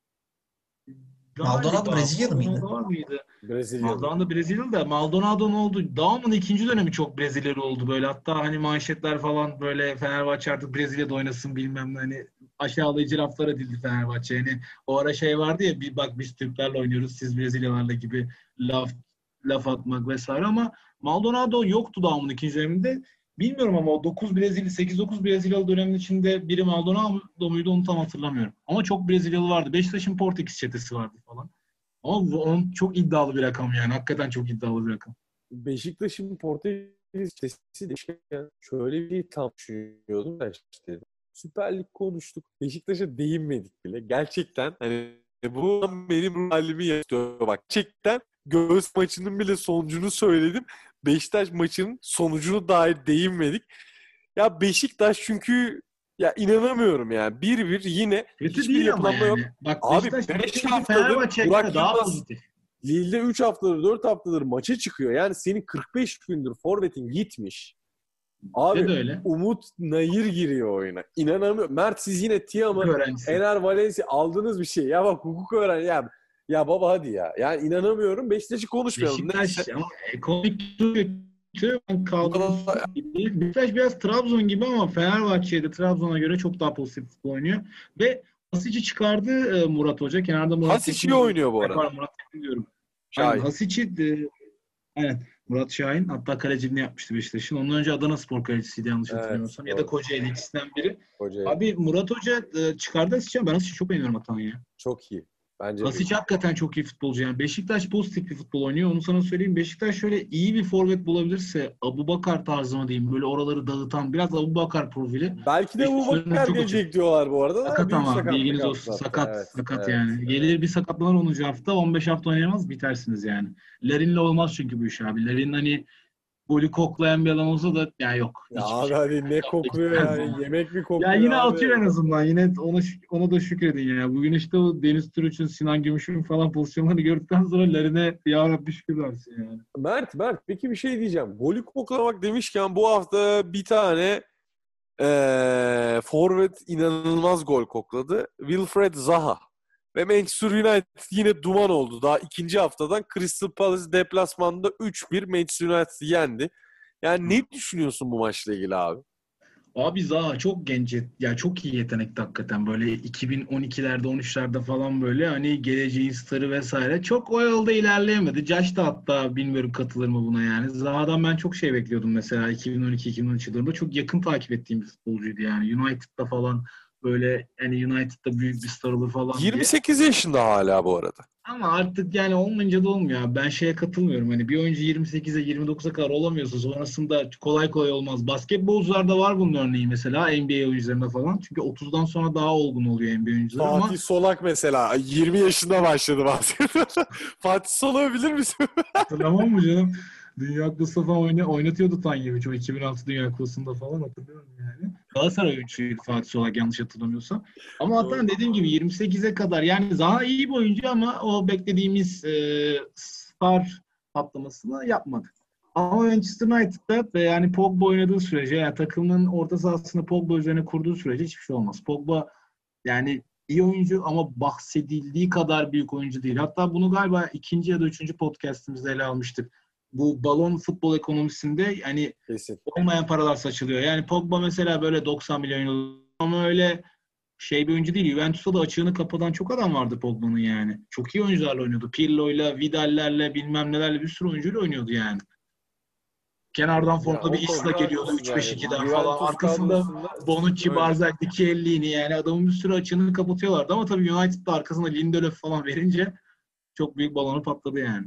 Speaker 2: Maldonado
Speaker 3: galiba
Speaker 2: Brezilyalı mıydı?
Speaker 3: Maldonado var mıydı?
Speaker 1: Brezilyalı.
Speaker 3: Maldonado Brezilyalı da Maldonado ne oldu? Daum'un ikinci dönemi çok Brezilyalı oldu böyle. Hatta hani manşetler falan böyle Fenerbahçe artık Brezilya'da oynasın bilmem ne. Hani aşağılayıcı laflar edildi Fenerbahçe. Yani o ara şey vardı ya bir bak biz Türklerle oynuyoruz siz Brezilyalarla gibi laf laf atmak vesaire ama Maldonado yoktu Daum'un ikinci döneminde. Bilmiyorum ama o dokuz Brezilya sekiz dokuz Brezilyalı dönemin içinde biri Maldonado muydu onu tam hatırlamıyorum. Ama çok Brezilyalı vardı. Beşiktaş'ın Portekiz çetesi vardı falan. Ama bu onun çok iddialı bir rakam yani. Hakikaten çok iddialı bir rakam.
Speaker 1: Beşiktaş'ın Portekiz sesi demişken şöyle bir tam düşünüyordum da işte Süper Lig konuştuk. Beşiktaş'a değinmedik bile. Gerçekten hani bu benim ruh halimi yansıtıyor. Bak gerçekten göğüs maçının bile sonucunu söyledim. Beşiktaş maçının sonucunu dair değinmedik. Ya Beşiktaş çünkü ya inanamıyorum yani. bir bir yine
Speaker 3: Kötü
Speaker 1: hiçbir
Speaker 3: değil ama
Speaker 1: yapılanma yok.
Speaker 3: yani. Bak
Speaker 1: Abi
Speaker 3: Beşiktaş
Speaker 1: beş
Speaker 3: Beşiktaş
Speaker 1: haftadır
Speaker 3: Fenerbahçe'ye
Speaker 1: Burak
Speaker 3: göre daha
Speaker 1: Yılmaz
Speaker 3: pozitif.
Speaker 1: Lille'de üç haftadır dört haftadır maça çıkıyor. Yani senin kırk beş gündür forvetin gitmiş.
Speaker 3: Ne
Speaker 1: Abi
Speaker 3: de öyle.
Speaker 1: Umut Nayır giriyor oyuna. İnanamıyorum. Mert siz yine Tiam'ı,
Speaker 3: Hukuk öğrencisi.
Speaker 1: Ener Valencia aldınız bir şey. Ya bak hukuk öğren ya. Ya baba hadi ya. Yani inanamıyorum. Beşiktaş'ı konuşmayalım.
Speaker 3: Beşiktaş
Speaker 1: Neyse.
Speaker 3: ama ekonomik kötü. Ben
Speaker 1: Bu
Speaker 3: kadrosu
Speaker 1: kadar
Speaker 3: değil. Beşiktaş biraz Trabzon gibi ama Fenerbahçe'de Trabzon'a göre çok daha pozitif futbol oynuyor. Ve Hasic'i çıkardı e, Murat Hoca. Kenarda Murat
Speaker 1: Hasic
Speaker 3: Tekin
Speaker 1: iyi
Speaker 3: var.
Speaker 1: oynuyor bu arada.
Speaker 3: Var, Murat Tekin diyorum. Aynen
Speaker 1: Şahin.
Speaker 3: Hasic'i e, aynen Murat Şahin hatta kaleciliğini yapmıştı Beşiktaş'ın. Ondan önce Adanaspor kalecisiydi yanlış
Speaker 1: Evet,
Speaker 3: hatırlamıyorsam. Ya da
Speaker 1: doğru.
Speaker 3: Kocaeli ikisinden biri.
Speaker 1: Kocaeli.
Speaker 3: Abi Murat Hoca e, çıkardı Hasic'i. Ben Hasic'i çok beğeniyorum hatta ya.
Speaker 1: Çok iyi. Bence de.
Speaker 3: Hasic hakikaten çok iyi futbolcu yani. Beşiktaş pozitif bir futbol oynuyor. Onu sana söyleyeyim. Beşiktaş şöyle iyi bir forvet bulabilirse Abubakar tarzı mı diyeyim böyle oraları dağıtan biraz Abubakar profili.
Speaker 1: Belki de
Speaker 3: Beşiktaş önüne
Speaker 1: Abubakar
Speaker 3: çok
Speaker 1: gelecek diyorlar bu arada da
Speaker 3: Sakat
Speaker 1: büyük
Speaker 3: ama
Speaker 1: sakatlık
Speaker 3: bilginiz olsun.
Speaker 1: atlattı.
Speaker 3: Sakat.
Speaker 1: Evet,
Speaker 3: Sakat
Speaker 1: evet,
Speaker 3: yani.
Speaker 1: evet.
Speaker 3: Gelir bir sakatlanır onuncu hafta on beş hafta oynayamaz bitersiniz yani. Larin'le olmaz çünkü bu iş abi. Larin hani golü koklayan bir adam olsa da ya yok.
Speaker 1: Ya
Speaker 3: Hiçbir
Speaker 1: abi
Speaker 3: şey.
Speaker 1: hadi ne kokuyor yani? Yemek mi kokuyor
Speaker 3: Ya yine
Speaker 1: abi?
Speaker 3: atıyor en azından. Yine ona, şük- ona da şükredin ya. Bugün işte o Deniz Türüç'ün, Sinan Gümüş'ün falan pozisyonlarını gördükten sonra Larine ya Rabbi şükür dersin yani.
Speaker 1: Mert, Mert peki bir şey diyeceğim. Golü koklamak demişken bu hafta bir tane eee forvet inanılmaz gol kokladı. Wilfred Zaha. Ve Manchester United yine duman oldu. Daha ikinci haftadan Crystal Palace deplasmanında üç bir Manchester United'ı yendi. Yani ne düşünüyorsun bu maçla ilgili abi?
Speaker 3: Abi Zaha çok genç, yet- ya çok iyi yetenekti hakikaten. Böyle iki bin on ikilerde, on üçlerde falan böyle hani geleceğin starı vesaire. Çok o yolda ilerleyemedi. Josh da hatta bilmiyorum katılır mı buna yani. Zaha'dan ben çok şey bekliyordum mesela iki bin on iki iki bin on üç yıllarında. Çok yakın takip ettiğim bir futbolcuydu yani. United'da falan böyle hani United'da büyük bir star olur falan diye.
Speaker 1: yirmi sekiz yaşında hala bu arada.
Speaker 3: Ama artık yani olmayınca da olmuyor. Ben şeye katılmıyorum. Hani bir oyuncu yirmi sekize yirmi dokuza kadar olamıyorsa sonrasında kolay kolay olmaz. Basketbolcularda var bunun örneği mesela N B A oyuncularında falan. Çünkü otuzdan sonra daha olgun oluyor N B A oyuncuları ama
Speaker 1: Fatih Solak mesela yirmi yaşında başladı basketbol. Fatih Solak'ı bilir misin?
Speaker 3: hatırlamam mı canım? Dünya Kupası falan oyna, oynatıyordu Tanyevic o iki bin altı Dünya Kupası'nda falan hatırlıyorum yani. Galatasaray oyuncusuydu Fatih Solak yanlış hatırlamıyorsam. Ama hatta dediğim gibi yirmi sekize kadar yani Zaha iyi bir oyuncu ama o beklediğimiz e, star patlamasını yapmadı. Ama Manchester United'da ve yani Pogba oynadığı sürece yani takımın orta sahasını Pogba üzerine kurduğu sürece hiçbir şey olmaz. Pogba yani iyi oyuncu ama bahsedildiği kadar büyük oyuncu değil. Hatta bunu galiba ikinci ya da üçüncü podcastimizde ele almıştık. Bu balon futbol ekonomisinde yani
Speaker 1: Kesin.
Speaker 3: olmayan paralar saçılıyor. Yani Pogba mesela böyle doksan milyon euro ama öyle şey bir oyuncu değil. Juventus'ta da açığını kapatan çok adam vardı Pogba'nın yani. Çok iyi oyuncularla oynuyordu. Pirlo'yla, Vidal'lerle bilmem nelerle bir sürü oyuncuyla oynuyordu yani. Kenardan
Speaker 1: Ya
Speaker 3: formda
Speaker 1: o
Speaker 3: bir Isla
Speaker 1: konuda
Speaker 3: geliyordu
Speaker 1: haklısın
Speaker 3: üç beş
Speaker 1: yani.
Speaker 3: ikiden falan.
Speaker 1: Juventus
Speaker 3: Arkasında
Speaker 1: kadrosunda
Speaker 3: Bonucci,
Speaker 1: öyle.
Speaker 3: Barzagli, Chiellini yani adamın bir sürü açığını kapatıyorlardı ama tabii United'da arkasında Lindelöf falan verince çok büyük balonu patladı yani.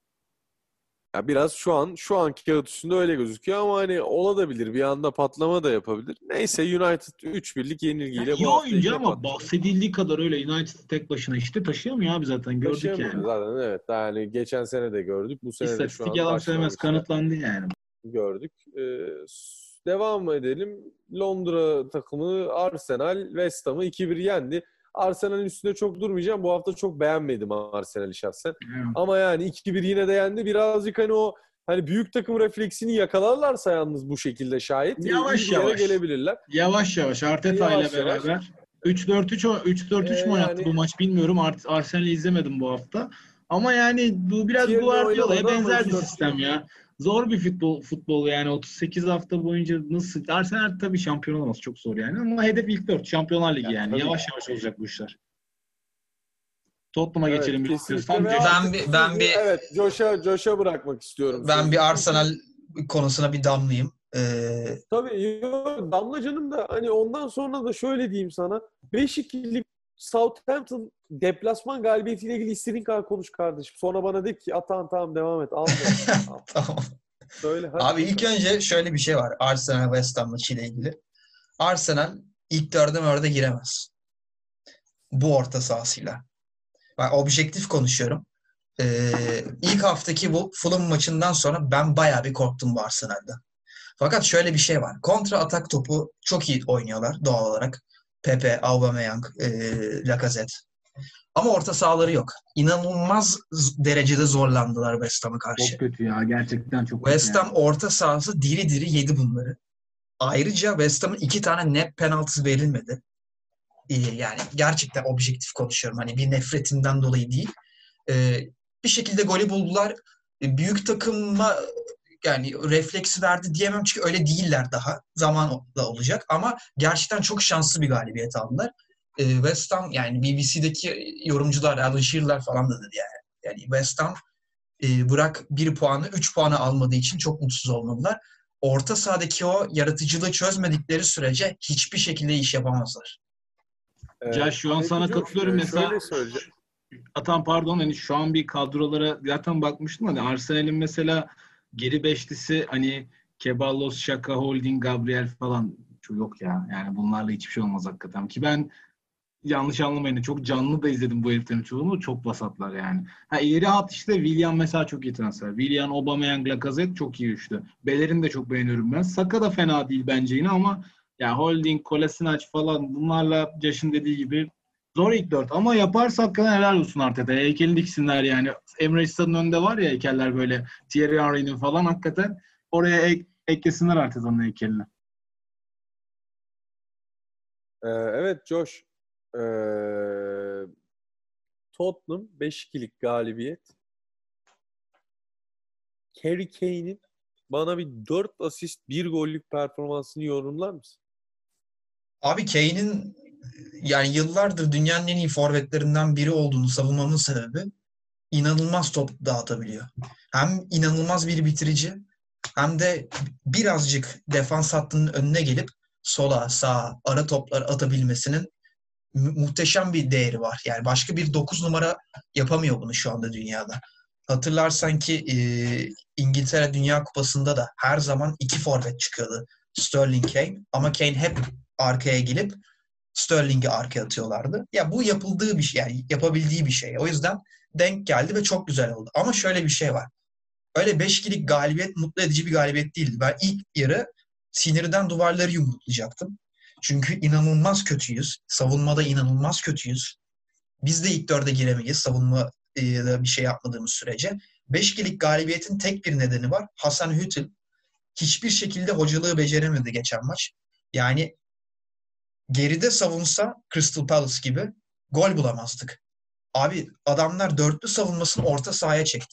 Speaker 1: Ya biraz şu an şu anki kağıt üstünde öyle gözüküyor ama hani olabilir. Bir anda patlama da yapabilir. Neyse United üç birlik
Speaker 3: Yani
Speaker 1: yenilgiyle
Speaker 3: iyi
Speaker 1: bu haftayı
Speaker 3: oyuncu ama
Speaker 1: kapattı.
Speaker 3: bahsedildiği kadar öyle United tek başına işte taşıyamıyor abi zaten gördük
Speaker 1: Taşıyamıyor
Speaker 3: yani.
Speaker 1: zaten evet. Yani geçen sene de gördük. Bu sene de şu
Speaker 3: İstatistik
Speaker 1: an
Speaker 3: yalan söylemez
Speaker 1: başlangıçta
Speaker 3: kanıtlandı yani.
Speaker 1: gördük. Ee, s- devam edelim. Londra takımı Arsenal West Ham'ı iki bir yendi. Arsenal'in üstünde çok durmayacağım. Bu hafta çok beğenmedim Arsenal'i şahsen.
Speaker 3: Evet.
Speaker 1: Ama yani iki bir yine de yendi. Birazcık hani o hani büyük takım refleksini yakalarlarsa yalnız bu şekilde şayet e, iyi
Speaker 3: Yavaş
Speaker 1: bir yere
Speaker 3: yavaş.
Speaker 1: gelebilirler.
Speaker 3: Yavaş yavaş Arteta ile
Speaker 1: Yavaş yavaş.
Speaker 3: beraber üç dört üç o- üç
Speaker 1: Ee,
Speaker 3: dört üç mü oynattı bu
Speaker 1: yani
Speaker 3: maç bilmiyorum. Art Arsenal'i izlemedim bu hafta. Ama yani bu biraz
Speaker 1: Tierney
Speaker 3: Guardiola'ya
Speaker 1: oynamadı ama
Speaker 3: benzer bir
Speaker 1: üç dört
Speaker 3: sistem ya. Zor bir futbol futbol yani otuz sekiz hafta boyunca nasıl Arsenal tabii şampiyon olması çok zor yani ama hedef ilk dört Şampiyonlar Ligi
Speaker 1: ya,
Speaker 3: yani.
Speaker 1: tabii
Speaker 3: Yavaş
Speaker 1: ki.
Speaker 3: yavaş olacak bu işler. Tottenham'a
Speaker 1: Evet
Speaker 3: geçelim
Speaker 1: kesinlikle
Speaker 3: istiyorsan.
Speaker 1: ve
Speaker 3: Josh.
Speaker 2: Ben
Speaker 1: artık
Speaker 2: bir ben
Speaker 1: sözü
Speaker 2: bir
Speaker 1: evet Josh'a Josh'a bırakmak istiyorum
Speaker 2: ben
Speaker 1: sözü.
Speaker 2: bir
Speaker 1: Çünkü
Speaker 2: Arsenal konusuna bir damlayayım. Ee,
Speaker 1: tabii yo, Damla canım da hani ondan sonra da şöyle diyeyim sana. beş ikilik Southampton deplasman galibiyetiyle ilgili istediğin kadar konuş kardeşim. Sonra bana de ki Atan tamam devam et. Almıyorum. Tamam.
Speaker 2: tamam.
Speaker 1: Söyle hadi
Speaker 2: Abi ilk
Speaker 1: bakalım.
Speaker 2: önce şöyle bir şey var Arsenal West Ham maçıyla ilgili. Arsenal ilk dörde mörde giremez. Bu orta sahasıyla. Ben objektif konuşuyorum. Ee, ilk haftaki bu Fulham maçından sonra ben bayağı bir korktum bu Arsenal'den. Fakat şöyle bir şey var. Kontra atak topu çok iyi oynuyorlar doğal olarak. Pepe, Aubameyang, e, Lacazette. Ama orta sahaları yok. İnanılmaz z- derecede zorlandılar West Ham'a karşı.
Speaker 3: Çok kötü ya. Gerçekten çok kötü
Speaker 2: West
Speaker 3: yani.
Speaker 2: Ham orta sahası diri diri yedi bunları. Ayrıca West Ham'ın iki tane net penaltısı verilmedi. Ee, yani gerçekten objektif konuşuyorum. Hani bir nefretimden dolayı değil. Ee, bir şekilde golü buldular. Ee, büyük takıma yani refleksi verdi diyemem çünkü öyle değiller daha. Zamanla olacak ama gerçekten çok şanslı bir galibiyet aldılar. Ee, West Ham yani B B C'deki yorumcular, Alan Shearer'lar falan da dedi yani. Yani West Ham e, bırak bir puanı üç puanı almadığı için çok mutsuz olmalılar. Orta sahadaki o yaratıcılığı çözmedikleri sürece hiçbir şekilde iş yapamazlar.
Speaker 3: Can
Speaker 1: Evet.
Speaker 3: şu an
Speaker 1: Peki
Speaker 3: sana
Speaker 1: Josh
Speaker 3: katılıyorum.
Speaker 1: e,
Speaker 3: Mesela
Speaker 1: şöyle söyleyeceğim.
Speaker 3: Atan pardon hani şu an bir kadrolara zaten bakmıştım hani Arsenal'in mesela geri beşlisi hani Ceballos, Xhaka, Holding, Gabriel falan çok yok ya. Yani bunlarla hiçbir şey olmaz hakikaten. Ki ben yanlış anlamayın. Çok canlı da izledim bu heriflerin çoğunu. Çok vasatlar yani. Ha, ileri hat işte Willian mesela çok iyi transfer. Willian, Aubameyang, Lacazette çok iyi üçlü. Bellerini de çok beğeniyorum ben. Saka da fena değil bence yine ama ya Holding, Kolasinac falan bunlarla Josh'un dediği gibi zor ilk dört. Ama yaparsa hakikaten helal olsun Arteta. Heykelini diksinler yani. Emre Stad'ın önünde var ya heykeller böyle. Thierry Henry'nin falan hakikaten oraya ek, eklesinler Arteta'nın heykelini.
Speaker 1: Ee, evet Josh. Ee, Tottenham beş ikilik galibiyet. Harry Kane'in bana bir dört asist bir gollük performansını yorumlar mısın?
Speaker 2: Abi Kane'in yani yıllardır dünyanın en iyi forvetlerinden biri olduğunu savunmamın sebebi inanılmaz top dağıtabiliyor. Hem inanılmaz bir bitirici hem de birazcık defans hattının önüne gelip sola, sağa, ara toplar atabilmesinin mu- muhteşem bir değeri var. Yani başka bir dokuz numara yapamıyor bunu şu anda dünyada. Hatırlarsan ki e, İngiltere Dünya Kupası'nda da her zaman iki forvet çıkıyordu. Sterling, Kane ama Kane hep arkaya gelip Sterling'i arkaya atıyorlardı. Ya bu yapıldığı bir şey, yani yapabildiği bir şey. O yüzden denk geldi ve çok güzel oldu. Ama şöyle bir şey var. Öyle beş ikilik galibiyet mutlu edici bir galibiyet değildi. Ben ilk yarı sinirden duvarları yumruklayacaktım. Çünkü inanılmaz kötüyüz. Savunmada inanılmaz kötüyüz. Biz de ilk dörde giremeyiz savunmada bir şey yapmadığımız sürece. beş ikilik galibiyetin tek bir nedeni var. Hasan Hüttl hiçbir şekilde hocalığı beceremedi geçen maç. Yani geride savunsa Crystal Palace gibi gol bulamazdık. Abi adamlar dörtlü savunmasını orta sahaya çekti.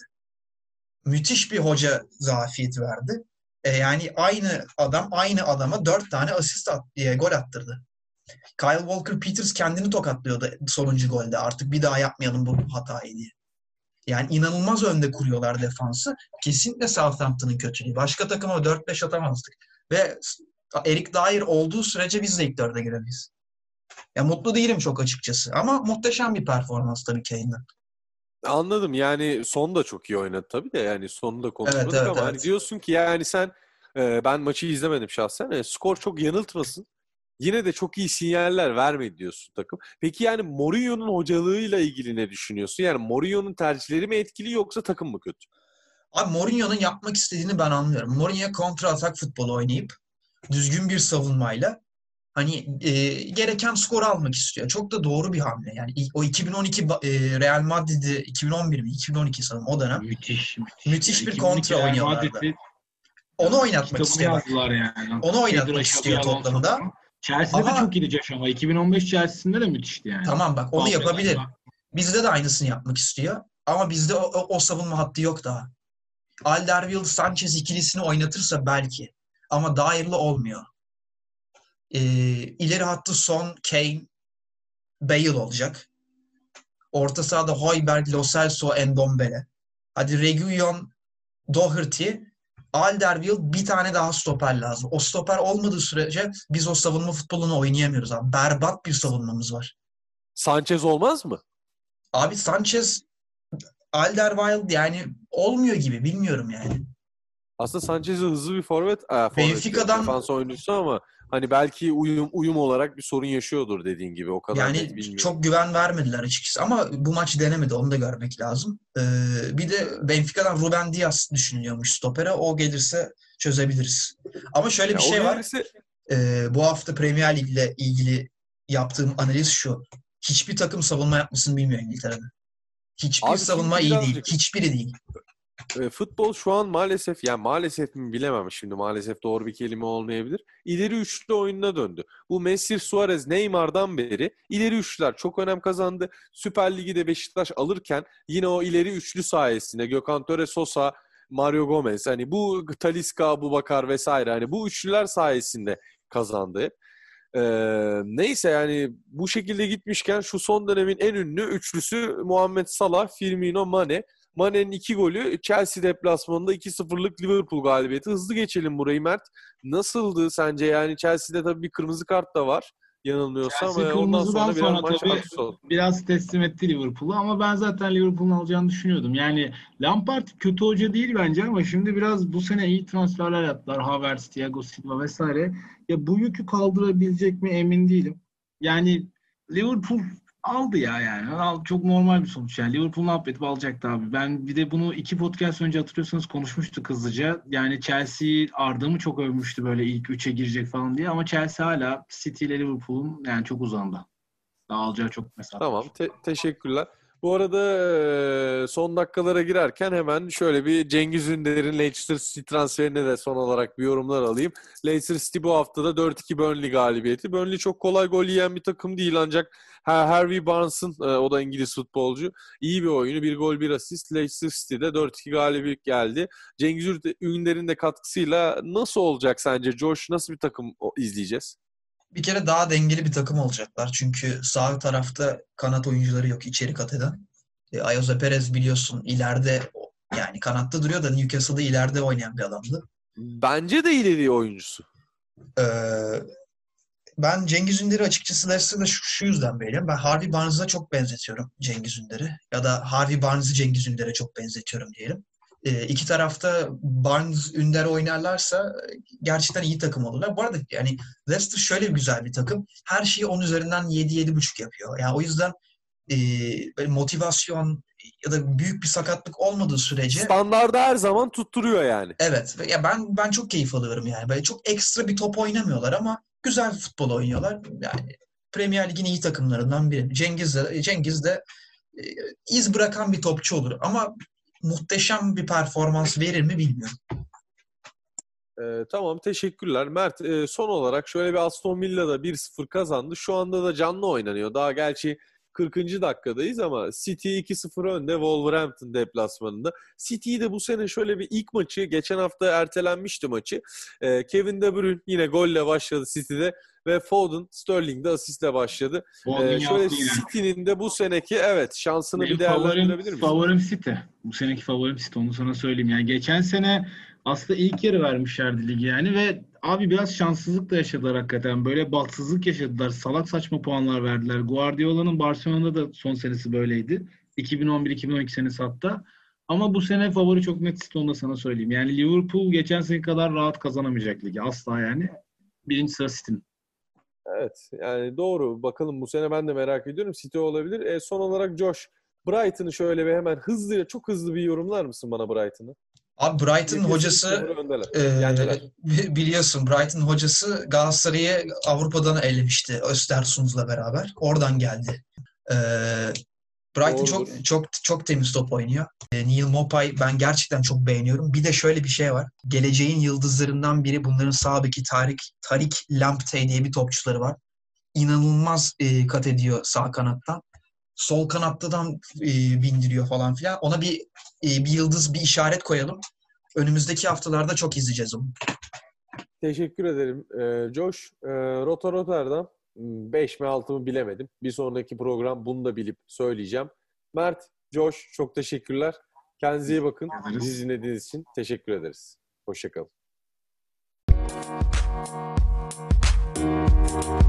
Speaker 2: Müthiş bir hoca zafiyeti verdi. E yani aynı adam aynı adama dört tane asist at, e, gol attırdı. Kyle Walker-Peters kendini tokatlıyordu sonuncu golde. Artık bir daha yapmayalım bu hatayı diye. Yani inanılmaz önde kuruyorlar defansı. Kesinlikle Southampton'ın kötülüğü. Başka takıma dört beş atamazdık. Ve Eric Dyer olduğu sürece biz de ilk dörde giremeyiz. Ya mutlu değilim çok açıkçası. Ama muhteşem bir performans tabii Kane'den.
Speaker 1: Anladım. Yani son da çok iyi oynadı tabii de yani sonunu da
Speaker 2: Evet,
Speaker 1: konuşmadık
Speaker 2: evet,
Speaker 1: ama hani
Speaker 2: evet.
Speaker 1: diyorsun ki yani sen e, ben maçı izlemedim şahsen. E, skor çok yanıltmasın. Yine de çok iyi sinyaller vermedi diyorsun takım. Peki yani Mourinho'nun hocalığıyla ilgili ne düşünüyorsun? Yani Mourinho'nun tercihleri mi etkili yoksa takım mı kötü?
Speaker 2: Abi Mourinho'nun yapmak istediğini ben anlıyorum. Mourinho kontra atak futbolu oynayıp düzgün bir savunmayla hani e, gereken skoru almak istiyor. Çok da doğru bir hamle. Yani ilk- o iki bin on iki ba- e, Real Madrid'i iki bin on bir mi? iki bin on iki sanırım o dönem.
Speaker 3: Müthiş, müthiş. Ya
Speaker 2: Müthiş bir
Speaker 3: iki bin on iki
Speaker 2: kontra
Speaker 3: Real
Speaker 2: oynuyorlardı.
Speaker 3: Madrid'i
Speaker 2: Onu
Speaker 3: ya,
Speaker 2: oynatmak
Speaker 3: kitabını
Speaker 2: istiyor bak.
Speaker 3: yazdılar yani.
Speaker 2: Onu
Speaker 3: Pedro,
Speaker 2: oynatmak
Speaker 3: Xabi
Speaker 2: istiyor
Speaker 3: Alonso
Speaker 2: Tottenham'da.
Speaker 3: falan. Chelsea'de de
Speaker 2: Ama
Speaker 3: çok iyiydi Josh ama iki bin on beş Chelsea'sinde de müthişti yani.
Speaker 2: tamam bak onu yapabilir.
Speaker 3: Fabregas'la.
Speaker 2: Bizde de aynısını yapmak istiyor. Ama bizde o, o, o savunma hattı yok daha. Alderweireld Sanchez ikilisini oynatırsa belki. Ama Dyer'lı olmuyor. Ee, ileri hattı Son, Kane, Bale olacak. Orta sahada Højbjerg, Lo Celso, Ndombele. Hadi Reguilon, Doherty, Alderweireld bir tane daha stoper lazım. O stoper olmadığı sürece biz o savunma futbolunu oynayamıyoruz abi. Berbat bir savunmamız var.
Speaker 1: Sanchez olmaz mı?
Speaker 2: Abi Sanchez, Alderweireld yani olmuyor gibi bilmiyorum yani.
Speaker 1: Aslında Sanchez'i hızlı bir forvet, e, forvet diyorum,
Speaker 2: Benfica'dan
Speaker 1: defans oyuncusu ama hani belki uyum uyum olarak bir sorun yaşıyordur dediğin gibi. O kadar net
Speaker 2: yani
Speaker 1: bilmiyorum.
Speaker 2: çok güven vermediler açıkçası ama bu maç denemedi onu da görmek lazım. Ee, bir de Benfica'dan Ruben Dias düşünülüyormuş stopere. O gelirse çözebiliriz. Ama şöyle
Speaker 1: Ya
Speaker 2: bir
Speaker 1: o
Speaker 2: şey var.
Speaker 1: gelirse
Speaker 2: Ee, bu hafta Premier Lig ile ilgili yaptığım analiz şu. Hiçbir takım savunma yapmasını bilmiyor İngiltere'de. Hiçbir
Speaker 1: abi
Speaker 2: savunma
Speaker 1: çünkü
Speaker 2: iyi değil.
Speaker 1: birazcık
Speaker 2: Hiçbiri değil.
Speaker 1: E, futbol şu an maalesef yani maalesef mi bilemem şimdi maalesef doğru bir kelime olmayabilir. İleri üçlü oyununa döndü. Bu Messi, Suarez, Neymar'dan beri ileri üçlüler çok önem kazandı. Süper Lig'i de Beşiktaş alırken yine o ileri üçlü sayesinde Gökhan Töre, Sosa, Mario Gomez hani bu Talisca, Abubakar vesaire hani bu üçlüler sayesinde kazandı. Ee, neyse yani bu şekilde gitmişken şu son dönemin en ünlü üçlüsü Muhammed Salah, Firmino, Mane. Mane'nin iki golü Chelsea deplasmanında iki sıfırlık Liverpool galibiyeti. Hızlı geçelim burayı Mert. Nasıldı sence? Yani Chelsea'de tabii bir kırmızı kart da var yanılmıyorsam.
Speaker 3: Chelsea
Speaker 1: Ama ondan
Speaker 3: kırmızıdan
Speaker 1: sonra biraz
Speaker 3: sonra
Speaker 1: maç
Speaker 3: tabii
Speaker 1: alt üst oldu.
Speaker 3: biraz teslim etti Liverpool'u ama ben zaten Liverpool'un alacağını düşünüyordum. Yani Lampard kötü hoca değil bence ama şimdi biraz bu sene iyi transferler yaptılar. Havertz, Thiago Silva vesaire. Ya bu yükü kaldırabilecek mi emin değilim. Yani Liverpool aldı ya yani. Al- Çok normal bir sonuç yani. Liverpool'un affedip alacaktı abi. Ben bir de bunu iki podcast önce hatırlıyorsanız konuşmuştuk hızlıca. Yani Chelsea Arda'mı çok övmüştü böyle ilk üçe girecek falan diye ama Chelsea hala City ile Liverpool'un yani çok uzağında. Daha alacağı çok mesafe var.
Speaker 1: Tamam, te- teşekkürler. Bu arada e, son dakikalara girerken hemen şöyle bir Cengiz Ünder'in Leicester City transferine de son olarak bir yorumlar alayım. Leicester City bu haftada dört iki Burnley galibiyeti. Burnley çok kolay gol yiyen bir takım değil ancak Ha- Harvey Barnes'ın, e, o da İngiliz futbolcu, iyi bir oyunu. Bir gol bir asist. Leicester City'de dört iki galibiyet geldi. Cengiz Ünder'in de katkısıyla nasıl olacak sence Josh? Nasıl bir takım o- izleyeceğiz?
Speaker 2: Bir kere daha dengeli bir takım olacaklar. Çünkü sağ tarafta kanat oyuncuları yok içeri kat eden. E, Ayoze Perez biliyorsun ileride yani kanatta duruyor da Newcastle'da ileride oynayan bir adamdı.
Speaker 1: Bence de ileri oyuncusu.
Speaker 2: Ee, Ben Cengiz Ünder'i açıkçası Leicester'da şu, şu yüzden beğeniyorum. Ben Harvey Barnes'a çok benzetiyorum Cengiz Ünder'i. Ya da Harvey Barnes'ı Cengiz Ünder'e çok benzetiyorum diyelim. Ee, iki tarafta Barnes, Ünder oynarlarsa gerçekten iyi takım olurlar. Bu arada yani Leicester şöyle bir güzel bir takım. Her şeyi on üzerinden yedi yedi buçuk yapıyor. Yani o yüzden e, böyle motivasyon ya da büyük bir sakatlık olmadığı sürece
Speaker 1: Standarda her zaman tutturuyor yani.
Speaker 2: evet. Ya ben ben çok keyif alıyorum yani. Böyle çok ekstra bir top oynamıyorlar ama güzel futbol oynuyorlar. Yani Premier Lig'in iyi takımlarından biri. Cengiz de, Cengiz de e, iz bırakan bir topçu olur ama muhteşem bir performans verir mi bilmiyorum.
Speaker 1: Ee, tamam, teşekkürler. Mert, e, son olarak şöyle bir Aston Villa'da bir sıfır kazandı. Şu anda da canlı oynanıyor. Daha gerçi kırkıncı dakikadayız ama City iki sıfır önde Wolverhampton deplasmanında. City'yi de bu sene şöyle bir ilk maçı, geçen hafta ertelenmişti maçı. Ee, Kevin De Bruyne yine golle başladı City'de ve Foden, Sterling de asistle başladı.
Speaker 3: Foden
Speaker 1: Ee, şöyle
Speaker 3: yaptı yine.
Speaker 1: City'nin de bu seneki evet şansını
Speaker 3: Benim
Speaker 1: bir
Speaker 3: favorim,
Speaker 1: değerlendirebilir misin?
Speaker 3: favorim City. Bu seneki favorim City. Onu sana söyleyeyim. Yani geçen sene aslında ilk yarı vermişlerdi ligi yani ve abi biraz şanssızlık da yaşadılar hakikaten. Böyle bahtsızlık yaşadılar. Salak saçma puanlar verdiler. Guardiola'nın Barcelona'da da son senesi böyleydi. iki bin on bir iki bin on iki senesi hatta. Ama bu sene favori çok net City, onu da sana söyleyeyim. Yani Liverpool geçen sene kadar rahat kazanamayacak ligi. Asla yani. Birinci sıra City'nin.
Speaker 1: Evet, yani doğru. Bakalım, bu sene ben de merak ediyorum. City olabilir. E, son olarak Josh, Brighton'ı şöyle bir hemen hızlıca, çok hızlı bir yorumlar mısın bana Brighton'ı?
Speaker 2: Abi Brighton
Speaker 1: Newcastle üç sıfır
Speaker 2: hocası
Speaker 1: öndeler.
Speaker 2: e,
Speaker 1: Yendiler.
Speaker 2: biliyorsun Brighton hocası Galatasaray'ı Avrupa'dan elemişti Östersund'la beraber. Oradan geldi. E, Brighton
Speaker 1: Doğrudur.
Speaker 2: çok çok çok temiz top oynuyor. E, Neil Maupay ben gerçekten çok beğeniyorum. Bir de şöyle bir şey var. Geleceğin yıldızlarından biri bunların sağ beki Tarik Tarik Lamptey diye bir topçuları var. İnanılmaz e, kat ediyor sağ kanattan. Sol kanattadan e, bindiriyor falan filan. Ona bir e, bir yıldız, bir işaret koyalım. Önümüzdeki haftalarda çok izleyeceğiz onu.
Speaker 1: Teşekkür ederim. E, Josh, e, Rota Rotterdam beş mi altı mı bilemedim. Bir sonraki program bunu da bilip söyleyeceğim. Mert, Josh, çok teşekkürler. Kendinize iyi bakın.
Speaker 3: Ederiz.
Speaker 1: Bizi dinlediğiniz için teşekkür ederiz. Hoşça kalın.